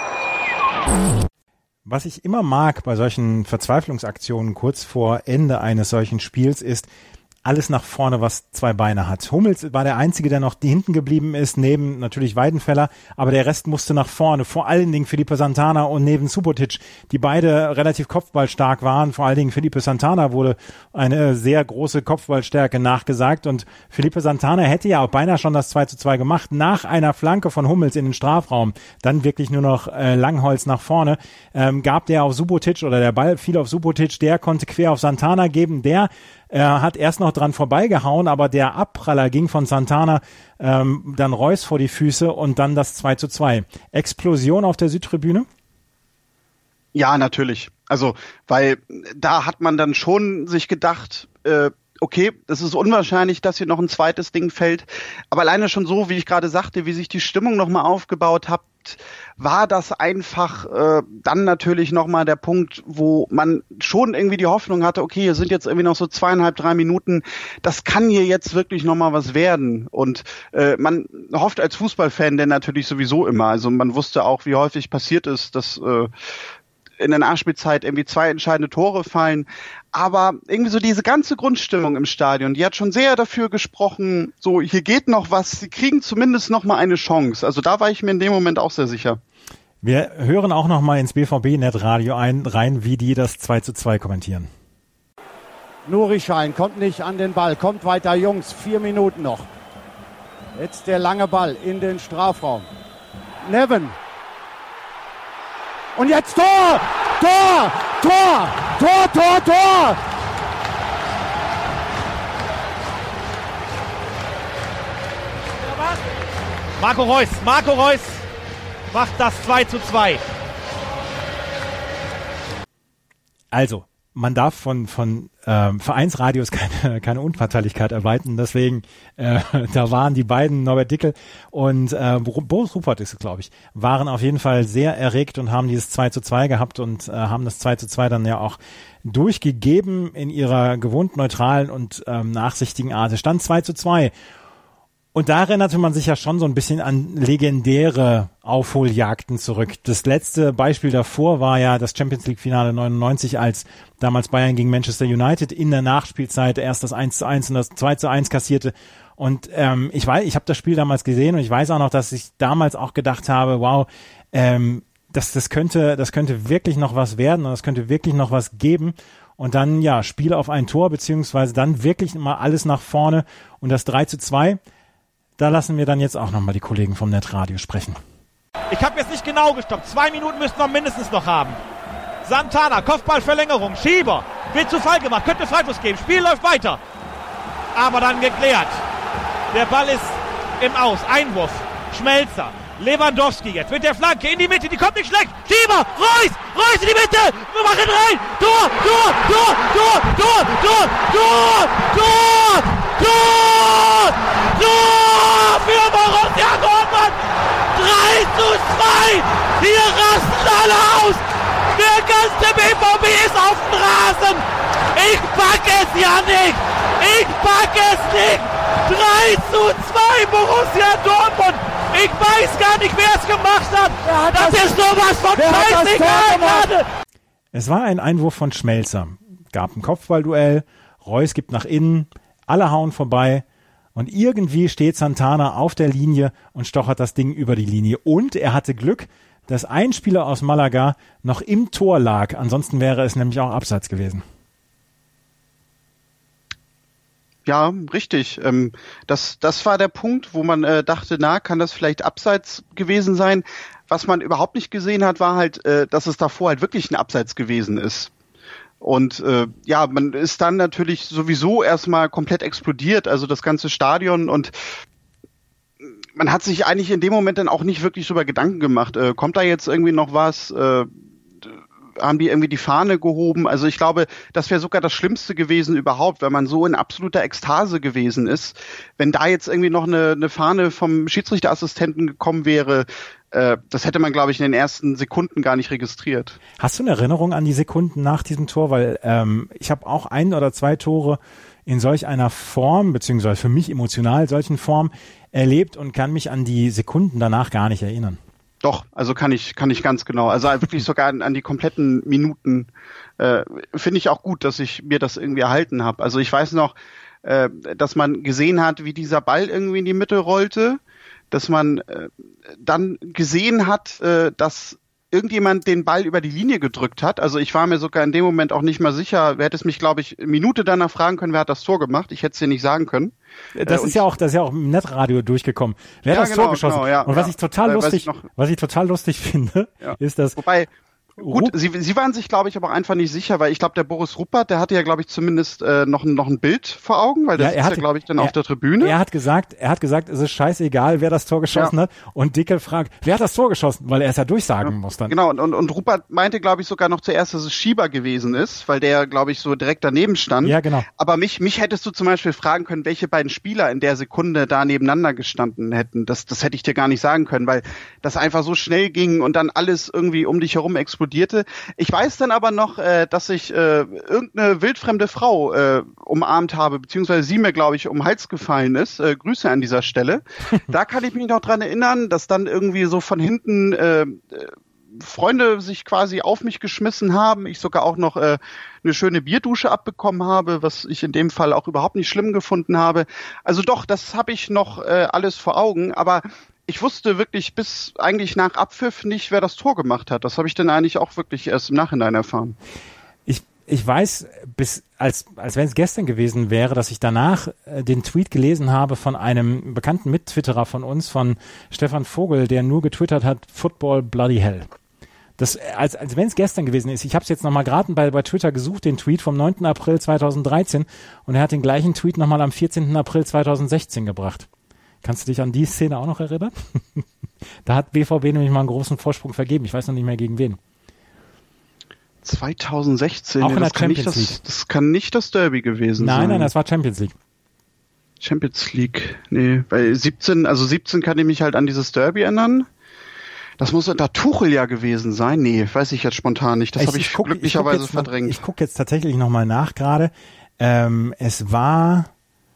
Was ich immer mag bei solchen Verzweiflungsaktionen kurz vor Ende eines solchen Spiels ist, alles nach vorne, was zwei Beine hat. Hummels war der Einzige, der noch hinten geblieben ist, neben natürlich Weidenfeller, aber der Rest musste nach vorne. Vor allen Dingen Felipe Santana und neben Subotic, die beide relativ kopfballstark waren. Vor allen Dingen Felipe Santana wurde eine sehr große Kopfballstärke nachgesagt und Felipe Santana hätte ja auch beinahe schon das zwei zu zwei gemacht, nach einer Flanke von Hummels in den Strafraum. Dann wirklich nur noch äh, Langholz nach vorne. Ähm, gab der auf Subotic oder der Ball fiel auf Subotic, der konnte quer auf Santana geben, der Er hat erst noch dran vorbeigehauen, aber der Abpraller ging von Santana ähm, dann Reus vor die Füße und dann das zwei zu zwei. Explosion auf der Südtribüne? Ja, natürlich. Also, weil da hat man dann schon sich gedacht, äh, okay, das ist unwahrscheinlich, dass hier noch ein zweites Ding fällt. Aber alleine schon so, wie ich gerade sagte, wie sich die Stimmung nochmal aufgebaut hat, war das einfach äh, dann natürlich nochmal der Punkt, wo man schon irgendwie die Hoffnung hatte, okay, hier sind jetzt irgendwie noch so zweieinhalb, drei Minuten, das kann hier jetzt wirklich nochmal was werden. Und äh, man hofft als Fußballfan denn natürlich sowieso immer. Also man wusste auch, wie häufig passiert ist, dass äh, in der Nachspielzeit irgendwie zwei entscheidende Tore fallen. Aber irgendwie so diese ganze Grundstimmung im Stadion, die hat schon sehr dafür gesprochen, so hier geht noch was, sie kriegen zumindest noch mal eine Chance. Also da war ich mir in dem Moment auch sehr sicher. Wir hören auch noch mal ins B V B-Netradio ein, rein, wie die das zwei zu zwei kommentieren. Nuri Schein kommt nicht an den Ball, kommt weiter, Jungs, vier Minuten noch. Jetzt der lange Ball in den Strafraum. Nevin. Und jetzt Tor! Tor! Tor! Tor, Tor, Tor! Marco Reus, Marco Reus macht das zwei zu zwei. Also, man darf von von ähm, Vereinsradios keine keine Unparteilichkeit erwarten, deswegen äh, da waren die beiden, Norbert Dickel und äh, Boris Ruppert ist es, glaube ich, waren auf jeden Fall sehr erregt und haben dieses zwei zu zwei gehabt und äh, haben das zwei zu zwei dann ja auch durchgegeben in ihrer gewohnt neutralen und ähm, nachsichtigen Art. Es stand zwei zu zwei. Und da erinnerte man sich ja schon so ein bisschen an legendäre Aufholjagden zurück. Das letzte Beispiel davor war ja das Champions League Finale neunundneunzig, als damals Bayern gegen Manchester United in der Nachspielzeit erst das eins zu eins und das zwei zu eins kassierte. Und ähm, ich weiß, ich habe das Spiel damals gesehen und ich weiß auch noch, dass ich damals auch gedacht habe, wow, ähm, das, das könnte, das könnte wirklich noch was werden und das könnte wirklich noch was geben. Und dann, ja, Spiel auf ein Tor, beziehungsweise dann wirklich mal alles nach vorne und das drei zu zwei. Da lassen wir dann jetzt auch nochmal die Kollegen vom Netradio sprechen. Ich habe jetzt nicht genau gestoppt. Zwei Minuten müssten wir mindestens noch haben. Santana, Kopfballverlängerung, Schieber. Wird zu Fall gemacht, könnte Freistoß geben. Spiel läuft weiter. Aber dann geklärt. Der Ball ist im Aus. Einwurf. Schmelzer. Lewandowski jetzt mit der Flanke in die Mitte. Die kommt nicht schlecht. Schieber. Reus. Reus in die Mitte. Wir machen rein. Tor. Tor. Tor. Tor. Tor. Tor. Tor. Tor. Tor. Tor. Für Borussia Dortmund. drei zu zwei. Hier rasten alle aus. Der ganze B V B ist auf dem Rasen. Ich pack es ja nicht. Ich pack es nicht. drei zu zwei Borussia Dortmund. Ich weiß gar nicht, wer es gemacht hat. hat das, das ist sowas von scheißegal gerade. Es war ein Einwurf von Schmelzer. Gab ein Kopfballduell. Reus gibt nach innen. Alle hauen vorbei. Und irgendwie steht Santana auf der Linie und stochert das Ding über die Linie. Und er hatte Glück, dass ein Spieler aus Malaga noch im Tor lag. Ansonsten wäre es nämlich auch abseits gewesen. Ja, richtig. Ähm, das, das war der Punkt, wo man äh, dachte, na, kann das vielleicht abseits gewesen sein? was man überhaupt nicht gesehen hat, war halt, äh, dass es davor halt wirklich ein Abseits gewesen ist. Und äh, ja, man ist dann natürlich sowieso erstmal komplett explodiert, also das ganze Stadion, und man hat sich eigentlich in dem Moment dann auch nicht wirklich drüber Gedanken gemacht. Äh, kommt da jetzt irgendwie noch was? Äh, haben die irgendwie die Fahne gehoben? Also ich glaube, das wäre sogar das Schlimmste gewesen überhaupt, wenn man so in absoluter Ekstase gewesen ist. Wenn da jetzt irgendwie noch eine, eine Fahne vom Schiedsrichterassistenten gekommen wäre, äh, das hätte man, glaube ich, in den ersten Sekunden gar nicht registriert. Hast du eine Erinnerung an die Sekunden nach diesem Tor? Weil ähm, ich habe auch ein oder zwei Tore in solch einer Form, beziehungsweise für mich emotional solchen Form erlebt und kann mich an die Sekunden danach gar nicht erinnern. Doch, also kann ich kann ich ganz genau. Also wirklich sogar an, an die kompletten Minuten. Äh, finde ich auch gut, dass ich mir das irgendwie erhalten habe. Also ich weiß noch, äh, dass man gesehen hat, wie dieser Ball irgendwie in die Mitte rollte, dass man äh, dann gesehen hat, äh, dass irgendjemand den Ball über die Linie gedrückt hat. Also ich war mir sogar in dem Moment auch nicht mal sicher. Wer hätte es mich, glaube ich, eine Minute danach fragen können, wer hat das Tor gemacht? Ich hätte es dir nicht sagen können. Das äh, ist ja auch, das ist ja auch im Netradio durchgekommen. Wer ja, hat das genau, Tor geschossen? Genau, ja, und was ja. ich total äh, lustig, ich noch, was ich total lustig finde, ja. ist, dass Wobei, gut, Sie, Sie waren sich, glaube ich, aber auch einfach nicht sicher, weil ich glaube, der Boris Ruppert, der hatte ja, glaube ich, zumindest äh, noch, ein, noch ein Bild vor Augen, weil der ja, sitzt hatte, ja, glaube ich, dann er, auf der Tribüne. Er hat gesagt, er hat gesagt, es ist scheißegal, wer das Tor geschossen ja. hat. Und Dickel fragt, wer hat das Tor geschossen? Weil er es ja durchsagen ja. muss dann. Genau, und, und, und Ruppert meinte, glaube ich, sogar noch zuerst, dass es Schieber gewesen ist, weil der, glaube ich, so direkt daneben stand. Ja, genau. Aber mich, mich hättest du zum Beispiel fragen können, welche beiden Spieler in der Sekunde da nebeneinander gestanden hätten. Das, das hätte ich dir gar nicht sagen können, weil das einfach so schnell ging und dann alles irgendwie um dich herum explodierte. Ich weiß dann aber noch, äh, dass ich äh, irgendeine wildfremde Frau äh, umarmt habe, beziehungsweise sie mir, glaube ich, um den Hals gefallen ist. Äh, Grüße an dieser Stelle. Da kann ich mich noch dran erinnern, dass dann irgendwie so von hinten äh, Freunde sich quasi auf mich geschmissen haben. Ich sogar auch noch äh, eine schöne Bierdusche abbekommen habe, was ich in dem Fall auch überhaupt nicht schlimm gefunden habe. Also doch, das habe ich noch äh, alles vor Augen, aber ich wusste wirklich bis eigentlich nach Abpfiff nicht, wer das Tor gemacht hat. Das habe ich dann eigentlich auch wirklich erst im Nachhinein erfahren. Ich, ich weiß, bis als, als wenn es gestern gewesen wäre, dass ich danach äh, den Tweet gelesen habe von einem bekannten Mittwitterer von uns, von Stefan Vogel, der nur getwittert hat, Football bloody hell. Das, als, als wenn es gestern gewesen ist. Ich habe es jetzt nochmal gerade bei, bei Twitter gesucht, den Tweet vom neunten April zweitausenddreizehn, und er hat den gleichen Tweet nochmal am vierzehnten April zweitausendsechzehn gebracht. Kannst du dich an die Szene auch noch erinnern? Da hat B V B nämlich mal einen großen Vorsprung vergeben. Ich weiß noch nicht mehr gegen wen. zweitausendsechzehn? Auch nee, in der das, kann nicht Champions das, das kann nicht das Derby gewesen nein, sein. Nein, nein, das war Champions League. Champions League, nee. Bei siebzehn, also siebzehn kann ich mich halt an dieses Derby erinnern. Das muss unter Tuchel ja gewesen sein. Nee, weiß ich jetzt spontan nicht. Das habe ich, ich guck, glücklicherweise ich guck verdrängt. Noch, ich gucke jetzt tatsächlich nochmal nach gerade. Ähm, es war...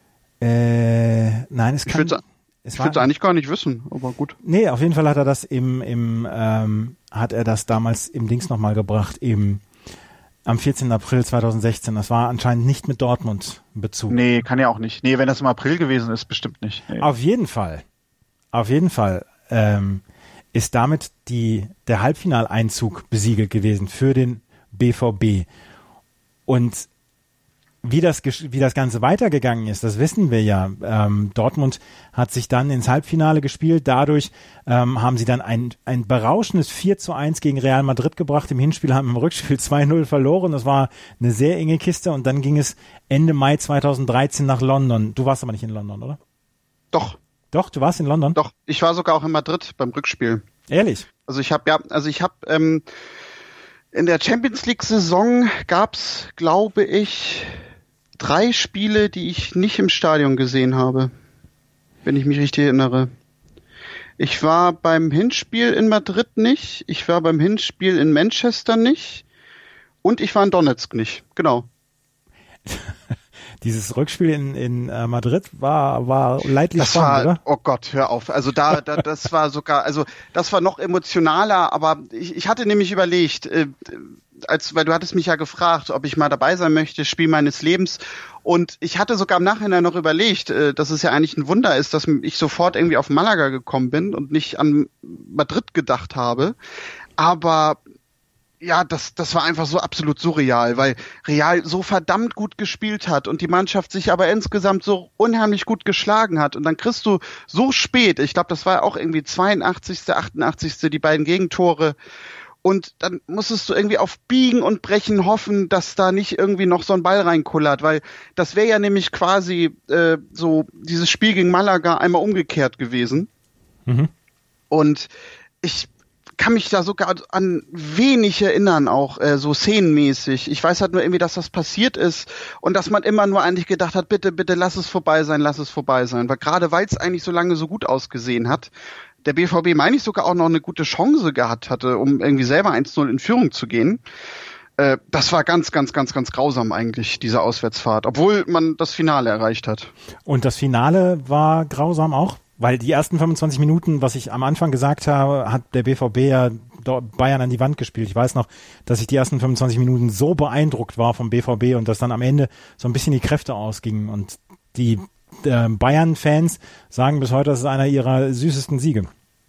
Äh, nein, es kann... Ich würde es eigentlich gar nicht wissen, aber gut. Nee, auf jeden Fall hat er das im, im ähm, hat er das damals im Dings nochmal gebracht, im am vierzehnten April zweitausendsechzehn. Das war anscheinend nicht mit Dortmund Bezug. Nee, kann ja auch nicht. Nee, wenn das im April gewesen ist, bestimmt nicht. Nee. Auf jeden Fall. Auf jeden Fall ähm, ist damit die der Halbfinaleinzug besiegelt gewesen für den B V B. Und Wie das, wie das Ganze weitergegangen ist, das wissen wir ja. Ähm, Dortmund hat sich dann ins Halbfinale gespielt. Dadurch ähm, haben sie dann ein, ein berauschendes vier zu eins gegen Real Madrid gebracht. Im Hinspiel haben im Rückspiel zwei null verloren. Das war eine sehr enge Kiste. Und dann ging es Ende Mai zweitausenddreizehn nach London. Du warst aber nicht in London, oder? Doch. Doch, du warst in London? Doch, ich war sogar auch in Madrid beim Rückspiel. Ehrlich? Also ich habe ja, also ich habe ähm, in der Champions League Saison gab's, glaube ich, drei Spiele, die ich nicht im Stadion gesehen habe, wenn ich mich richtig erinnere. Ich war beim Hinspiel in Madrid nicht, ich war beim Hinspiel in Manchester nicht und ich war in Donetsk nicht, genau. Dieses Rückspiel in, in äh, Madrid war, war leidlich das spannend, war, oder? Oh Gott, hör auf. Also da, da, das war sogar, also das war noch emotionaler, aber ich, ich hatte nämlich überlegt, äh, als, weil du hattest mich ja gefragt, ob ich mal dabei sein möchte, Spiel meines Lebens. Und ich hatte sogar im Nachhinein noch überlegt, äh, dass es ja eigentlich ein Wunder ist, dass ich sofort irgendwie auf Malaga gekommen bin und nicht an Madrid gedacht habe. Aber ja, das, das war einfach so absolut surreal, weil Real so verdammt gut gespielt hat und die Mannschaft sich aber insgesamt so unheimlich gut geschlagen hat. Und dann kriegst du so spät, ich glaube, das war auch irgendwie zweiundachtzigste, achtundachtzigste die beiden Gegentore. Und dann musstest du irgendwie auf Biegen und Brechen hoffen, dass da nicht irgendwie noch so ein Ball reinkullert, weil das wäre ja nämlich quasi äh, so dieses Spiel gegen Malaga einmal umgekehrt gewesen. Mhm. Und ich kann mich da sogar an wenig erinnern, auch äh, so szenenmäßig. Ich weiß halt nur irgendwie, dass das passiert ist und dass man immer nur eigentlich gedacht hat, bitte, bitte lass es vorbei sein, lass es vorbei sein. Weil gerade weil es eigentlich so lange so gut ausgesehen hat, der B V B, meine ich, sogar auch noch eine gute Chance gehabt hatte, um irgendwie selber eins null in Führung zu gehen. Äh, das war ganz, ganz, ganz, ganz grausam eigentlich, diese Auswärtsfahrt, obwohl man das Finale erreicht hat. Und das Finale war grausam auch? Weil die ersten fünfundzwanzig Minuten, was ich am Anfang gesagt habe, hat der B V B ja Bayern an die Wand gespielt. Ich weiß noch, dass ich die ersten fünfundzwanzig Minuten so beeindruckt war vom B V B und dass dann am Ende so ein bisschen die Kräfte ausgingen. Und die äh, Bayern-Fans sagen bis heute, das ist einer ihrer süßesten Siege.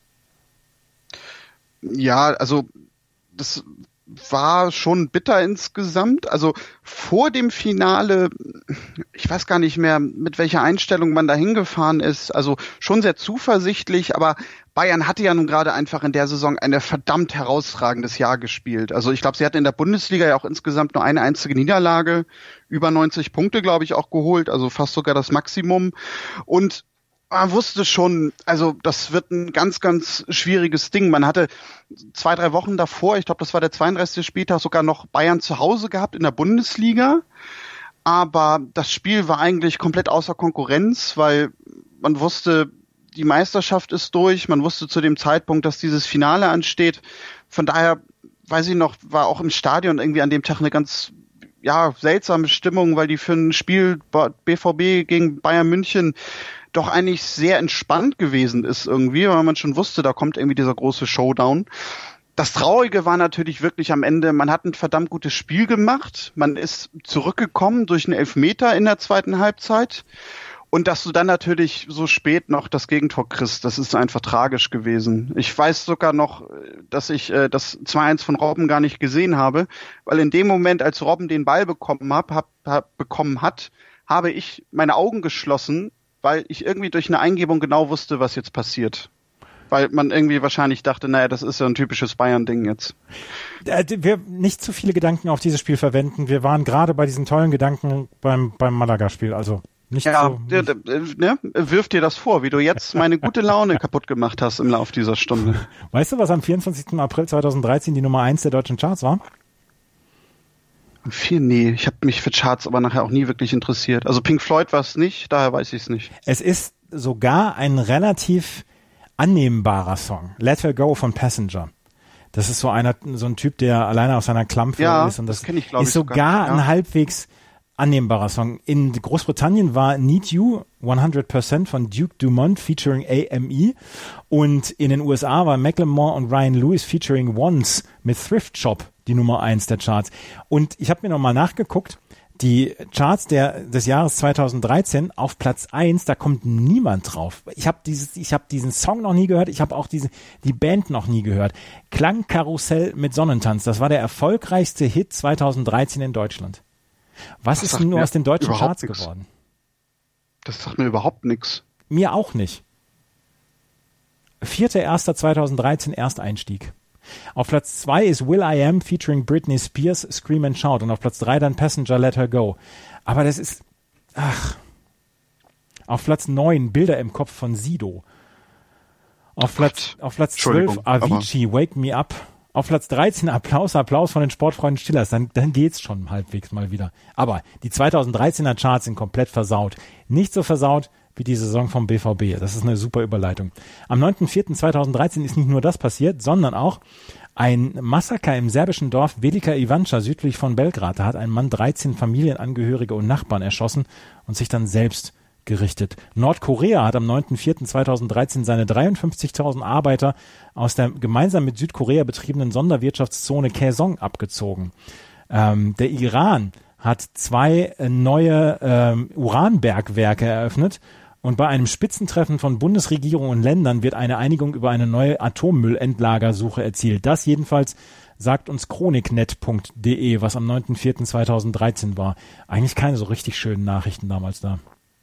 Ja, also das war schon bitter insgesamt. Also vor dem Finale, ich weiß gar nicht mehr, mit welcher Einstellung man da hingefahren ist. Also schon sehr zuversichtlich, aber Bayern hatte ja nun gerade einfach in der Saison ein verdammt herausragendes Jahr gespielt. Also ich glaube, sie hatten in der Bundesliga ja auch insgesamt nur eine einzige Niederlage, über neunzig Punkte, glaube ich, auch geholt, also fast sogar das Maximum. Und man wusste schon, also das wird ein ganz, ganz schwieriges Ding. Man hatte zwei, drei Wochen davor, ich glaube, das war der zweiunddreißigste Spieltag, sogar noch Bayern zu Hause gehabt in der Bundesliga. Aber das Spiel war eigentlich komplett außer Konkurrenz, weil man wusste, die Meisterschaft ist durch. Man wusste zu dem Zeitpunkt, dass dieses Finale ansteht. Von daher, weiß ich noch, war auch im Stadion irgendwie an dem Tag eine ganz ja seltsame Stimmung, weil die für ein Spiel B V B gegen Bayern München doch eigentlich sehr entspannt gewesen ist irgendwie, weil man schon wusste, da kommt irgendwie dieser große Showdown. Das Traurige war natürlich wirklich am Ende, man hat ein verdammt gutes Spiel gemacht, man ist zurückgekommen durch einen Elfmeter in der zweiten Halbzeit und dass du dann natürlich so spät noch das Gegentor kriegst, das ist einfach tragisch gewesen. Ich weiß sogar noch, dass ich äh, das zwei eins von Robben gar nicht gesehen habe, weil in dem Moment, als Robben den Ball bekommen, hab, hab, hab, bekommen hat, habe ich meine Augen geschlossen, weil ich irgendwie durch eine Eingebung genau wusste, was jetzt passiert. Weil man irgendwie wahrscheinlich dachte, naja, das ist ja ein typisches Bayern-Ding jetzt. Wir nicht zu viele Gedanken auf dieses Spiel verwenden. Wir waren gerade bei diesen tollen Gedanken beim, beim Malaga-Spiel. Also nicht ja, so. Ja, ne? Wirf dir das vor, wie du jetzt meine gute Laune kaputt gemacht hast im Lauf dieser Stunde. Weißt du, was am vierundzwanzigsten April zweitausenddreizehn die Nummer eins der deutschen Charts war? Viel, nee, ich habe mich für Charts aber nachher auch nie wirklich interessiert. Also Pink Floyd war es nicht, daher weiß ich es nicht. Es ist sogar ein relativ annehmbarer Song. Let Her Go von Passenger. Das ist so einer, so ein Typ, der alleine aus seiner Klampfe ja, ist. Und das, das kenn ich, glaub ist ich, sogar, sogar ja. ein halbwegs annehmbarer Song. In Großbritannien war Need You hundert Prozent von Duke Dumont featuring A M E und in den U S A war Macklemore und Ryan Lewis featuring Once mit Thrift Shop die Nummer eins der Charts. Und ich habe mir nochmal nachgeguckt, die Charts der, des Jahres zweitausenddreizehn auf Platz eins, da kommt niemand drauf. Ich habe dieses, ich habe diesen Song noch nie gehört, ich habe auch diese, die Band noch nie gehört. Klangkarussell mit Sonnentanz, das war der erfolgreichste Hit zweitausenddreizehn in Deutschland. Was das ist nur aus den deutschen Charts nix. geworden? Das sagt mir überhaupt nichts. Mir auch nicht. vierter erster zweitausenddreizehn Ersteinstieg. Auf Platz zwei ist Will I Am featuring Britney Spears, Scream and Shout. Und auf Platz drei dann Passenger, Let Her Go. Aber das ist, ach. Auf Platz neun Bilder im Kopf von Sido. Auf Platz, auf Platz zwölf Avicii, Wake Me Up. Auf Platz dreizehn Applaus, Applaus von den Sportfreunden Stillers. Dann, dann geht's schon halbwegs mal wieder. Aber die zweitausenddreizehner Charts sind komplett versaut. Nicht so versaut wie die Saison vom B V B. Das ist eine super Überleitung. Am neunten vierten zweitausenddreizehn ist nicht nur das passiert, sondern auch ein Massaker im serbischen Dorf Velika Ivanča südlich von Belgrad. Da hat ein Mann dreizehn Familienangehörige und Nachbarn erschossen und sich dann selbst gerichtet. Nordkorea hat am neunten vierten zweitausenddreizehn seine dreiundfünfzigtausend Arbeiter aus der gemeinsam mit Südkorea betriebenen Sonderwirtschaftszone Kaesong abgezogen. Ähm, der Iran hat zwei neue ähm, Uranbergwerke eröffnet und bei einem Spitzentreffen von Bundesregierung und Ländern wird eine Einigung über eine neue Atommüllendlagersuche erzielt. Das jedenfalls sagt uns chroniknet punkt de, was am neunten vierten zweitausenddreizehn war. Eigentlich keine so richtig schönen Nachrichten damals da.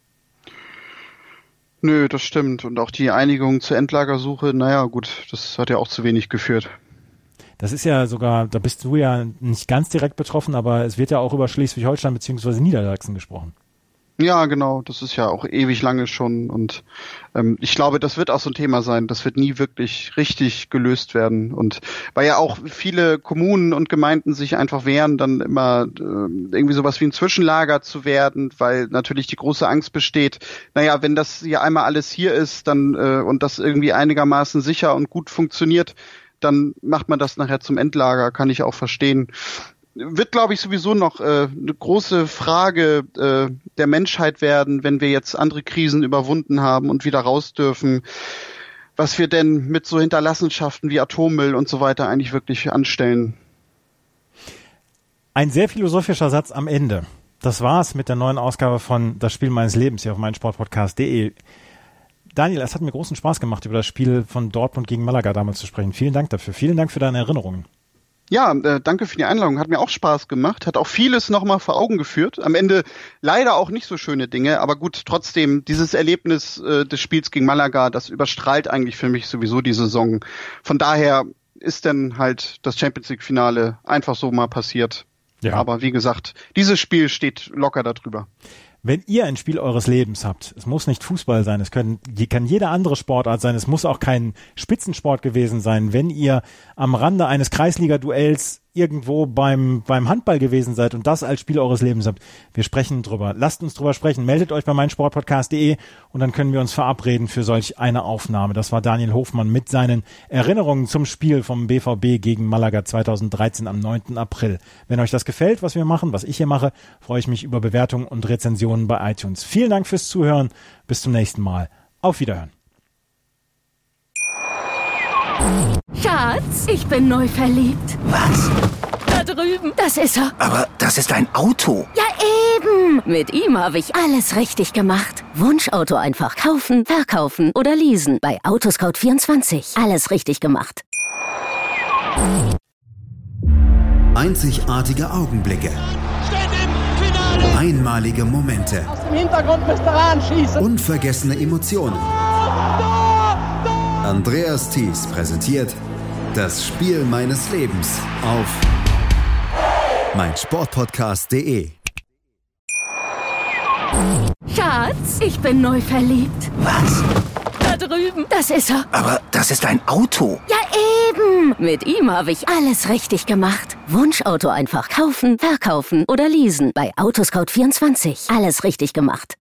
Nö, das stimmt. Und auch die Einigung zur Endlagersuche, naja gut, das hat ja auch zu wenig geführt. Das ist ja sogar, da bist du ja nicht ganz direkt betroffen, aber es wird ja auch über Schleswig-Holstein bzw. Niedersachsen gesprochen. Ja, genau, das ist ja auch ewig lange schon und ähm, ich glaube, das wird auch so ein Thema sein, das wird nie wirklich richtig gelöst werden und weil ja auch viele Kommunen und Gemeinden sich einfach wehren, dann immer äh, irgendwie sowas wie ein Zwischenlager zu werden, weil natürlich die große Angst besteht, naja, wenn das hier einmal alles hier ist dann äh, und das irgendwie einigermaßen sicher und gut funktioniert, dann macht man das nachher zum Endlager, kann ich auch verstehen. Wird, glaube ich, sowieso noch äh, eine große Frage äh, der Menschheit werden, wenn wir jetzt andere Krisen überwunden haben und wieder raus dürfen, was wir denn mit so Hinterlassenschaften wie Atommüll und so weiter eigentlich wirklich anstellen. Ein sehr philosophischer Satz am Ende. Das war's mit der neuen Ausgabe von Das Spiel meines Lebens hier auf meinsportpodcast punkt de. Daniel, es hat mir großen Spaß gemacht, über das Spiel von Dortmund gegen Malaga damals zu sprechen. Vielen Dank dafür. Vielen Dank für deine Erinnerungen. Ja, äh, danke für die Einladung. Hat mir auch Spaß gemacht. Hat auch vieles nochmal vor Augen geführt. Am Ende leider auch nicht so schöne Dinge, aber gut, trotzdem, dieses Erlebnis äh, des Spiels gegen Malaga, das überstrahlt eigentlich für mich sowieso die Saison. Von daher ist dann halt das Champions-League-Finale einfach so mal passiert. Ja. Aber wie gesagt, dieses Spiel steht locker darüber. Wenn ihr ein Spiel eures Lebens habt, es muss nicht Fußball sein, es können, kann jede andere Sportart sein, es muss auch kein Spitzensport gewesen sein. Wenn ihr am Rande eines Kreisliga-Duells irgendwo beim beim Handball gewesen seid und das als Spiel eures Lebens habt, wir sprechen drüber. Lasst uns drüber sprechen. Meldet euch bei meinsportpodcast punkt de und dann können wir uns verabreden für solch eine Aufnahme. Das war Daniel Hofmann mit seinen Erinnerungen zum Spiel vom B V B gegen Malaga zweitausenddreizehn am neunten April. Wenn euch das gefällt, was wir machen, was ich hier mache, freue ich mich über Bewertungen und Rezensionen bei iTunes. Vielen Dank fürs Zuhören. Bis zum nächsten Mal. Auf Wiederhören. Schatz, ich bin neu verliebt. Was? Da drüben. Das ist er. Aber das ist ein Auto. Ja, eben. Mit ihm habe ich alles richtig gemacht. Wunschauto einfach kaufen, verkaufen oder leasen. Bei Autoscout vierundzwanzig. Alles richtig gemacht. Einzigartige Augenblicke. Einmalige Momente. Aus dem Hintergrund müsst ihr anschießen. Unvergessene Emotionen. Andreas Thies präsentiert Das Spiel meines Lebens auf meinsportpodcast punkt de. Schatz, ich bin neu verliebt. Was? Da drüben. Das ist er. Aber das ist ein Auto. Ja, eben. Mit ihm habe ich alles richtig gemacht. Wunschauto einfach kaufen, verkaufen oder leasen. Bei Autoscout vierundzwanzig. Alles richtig gemacht.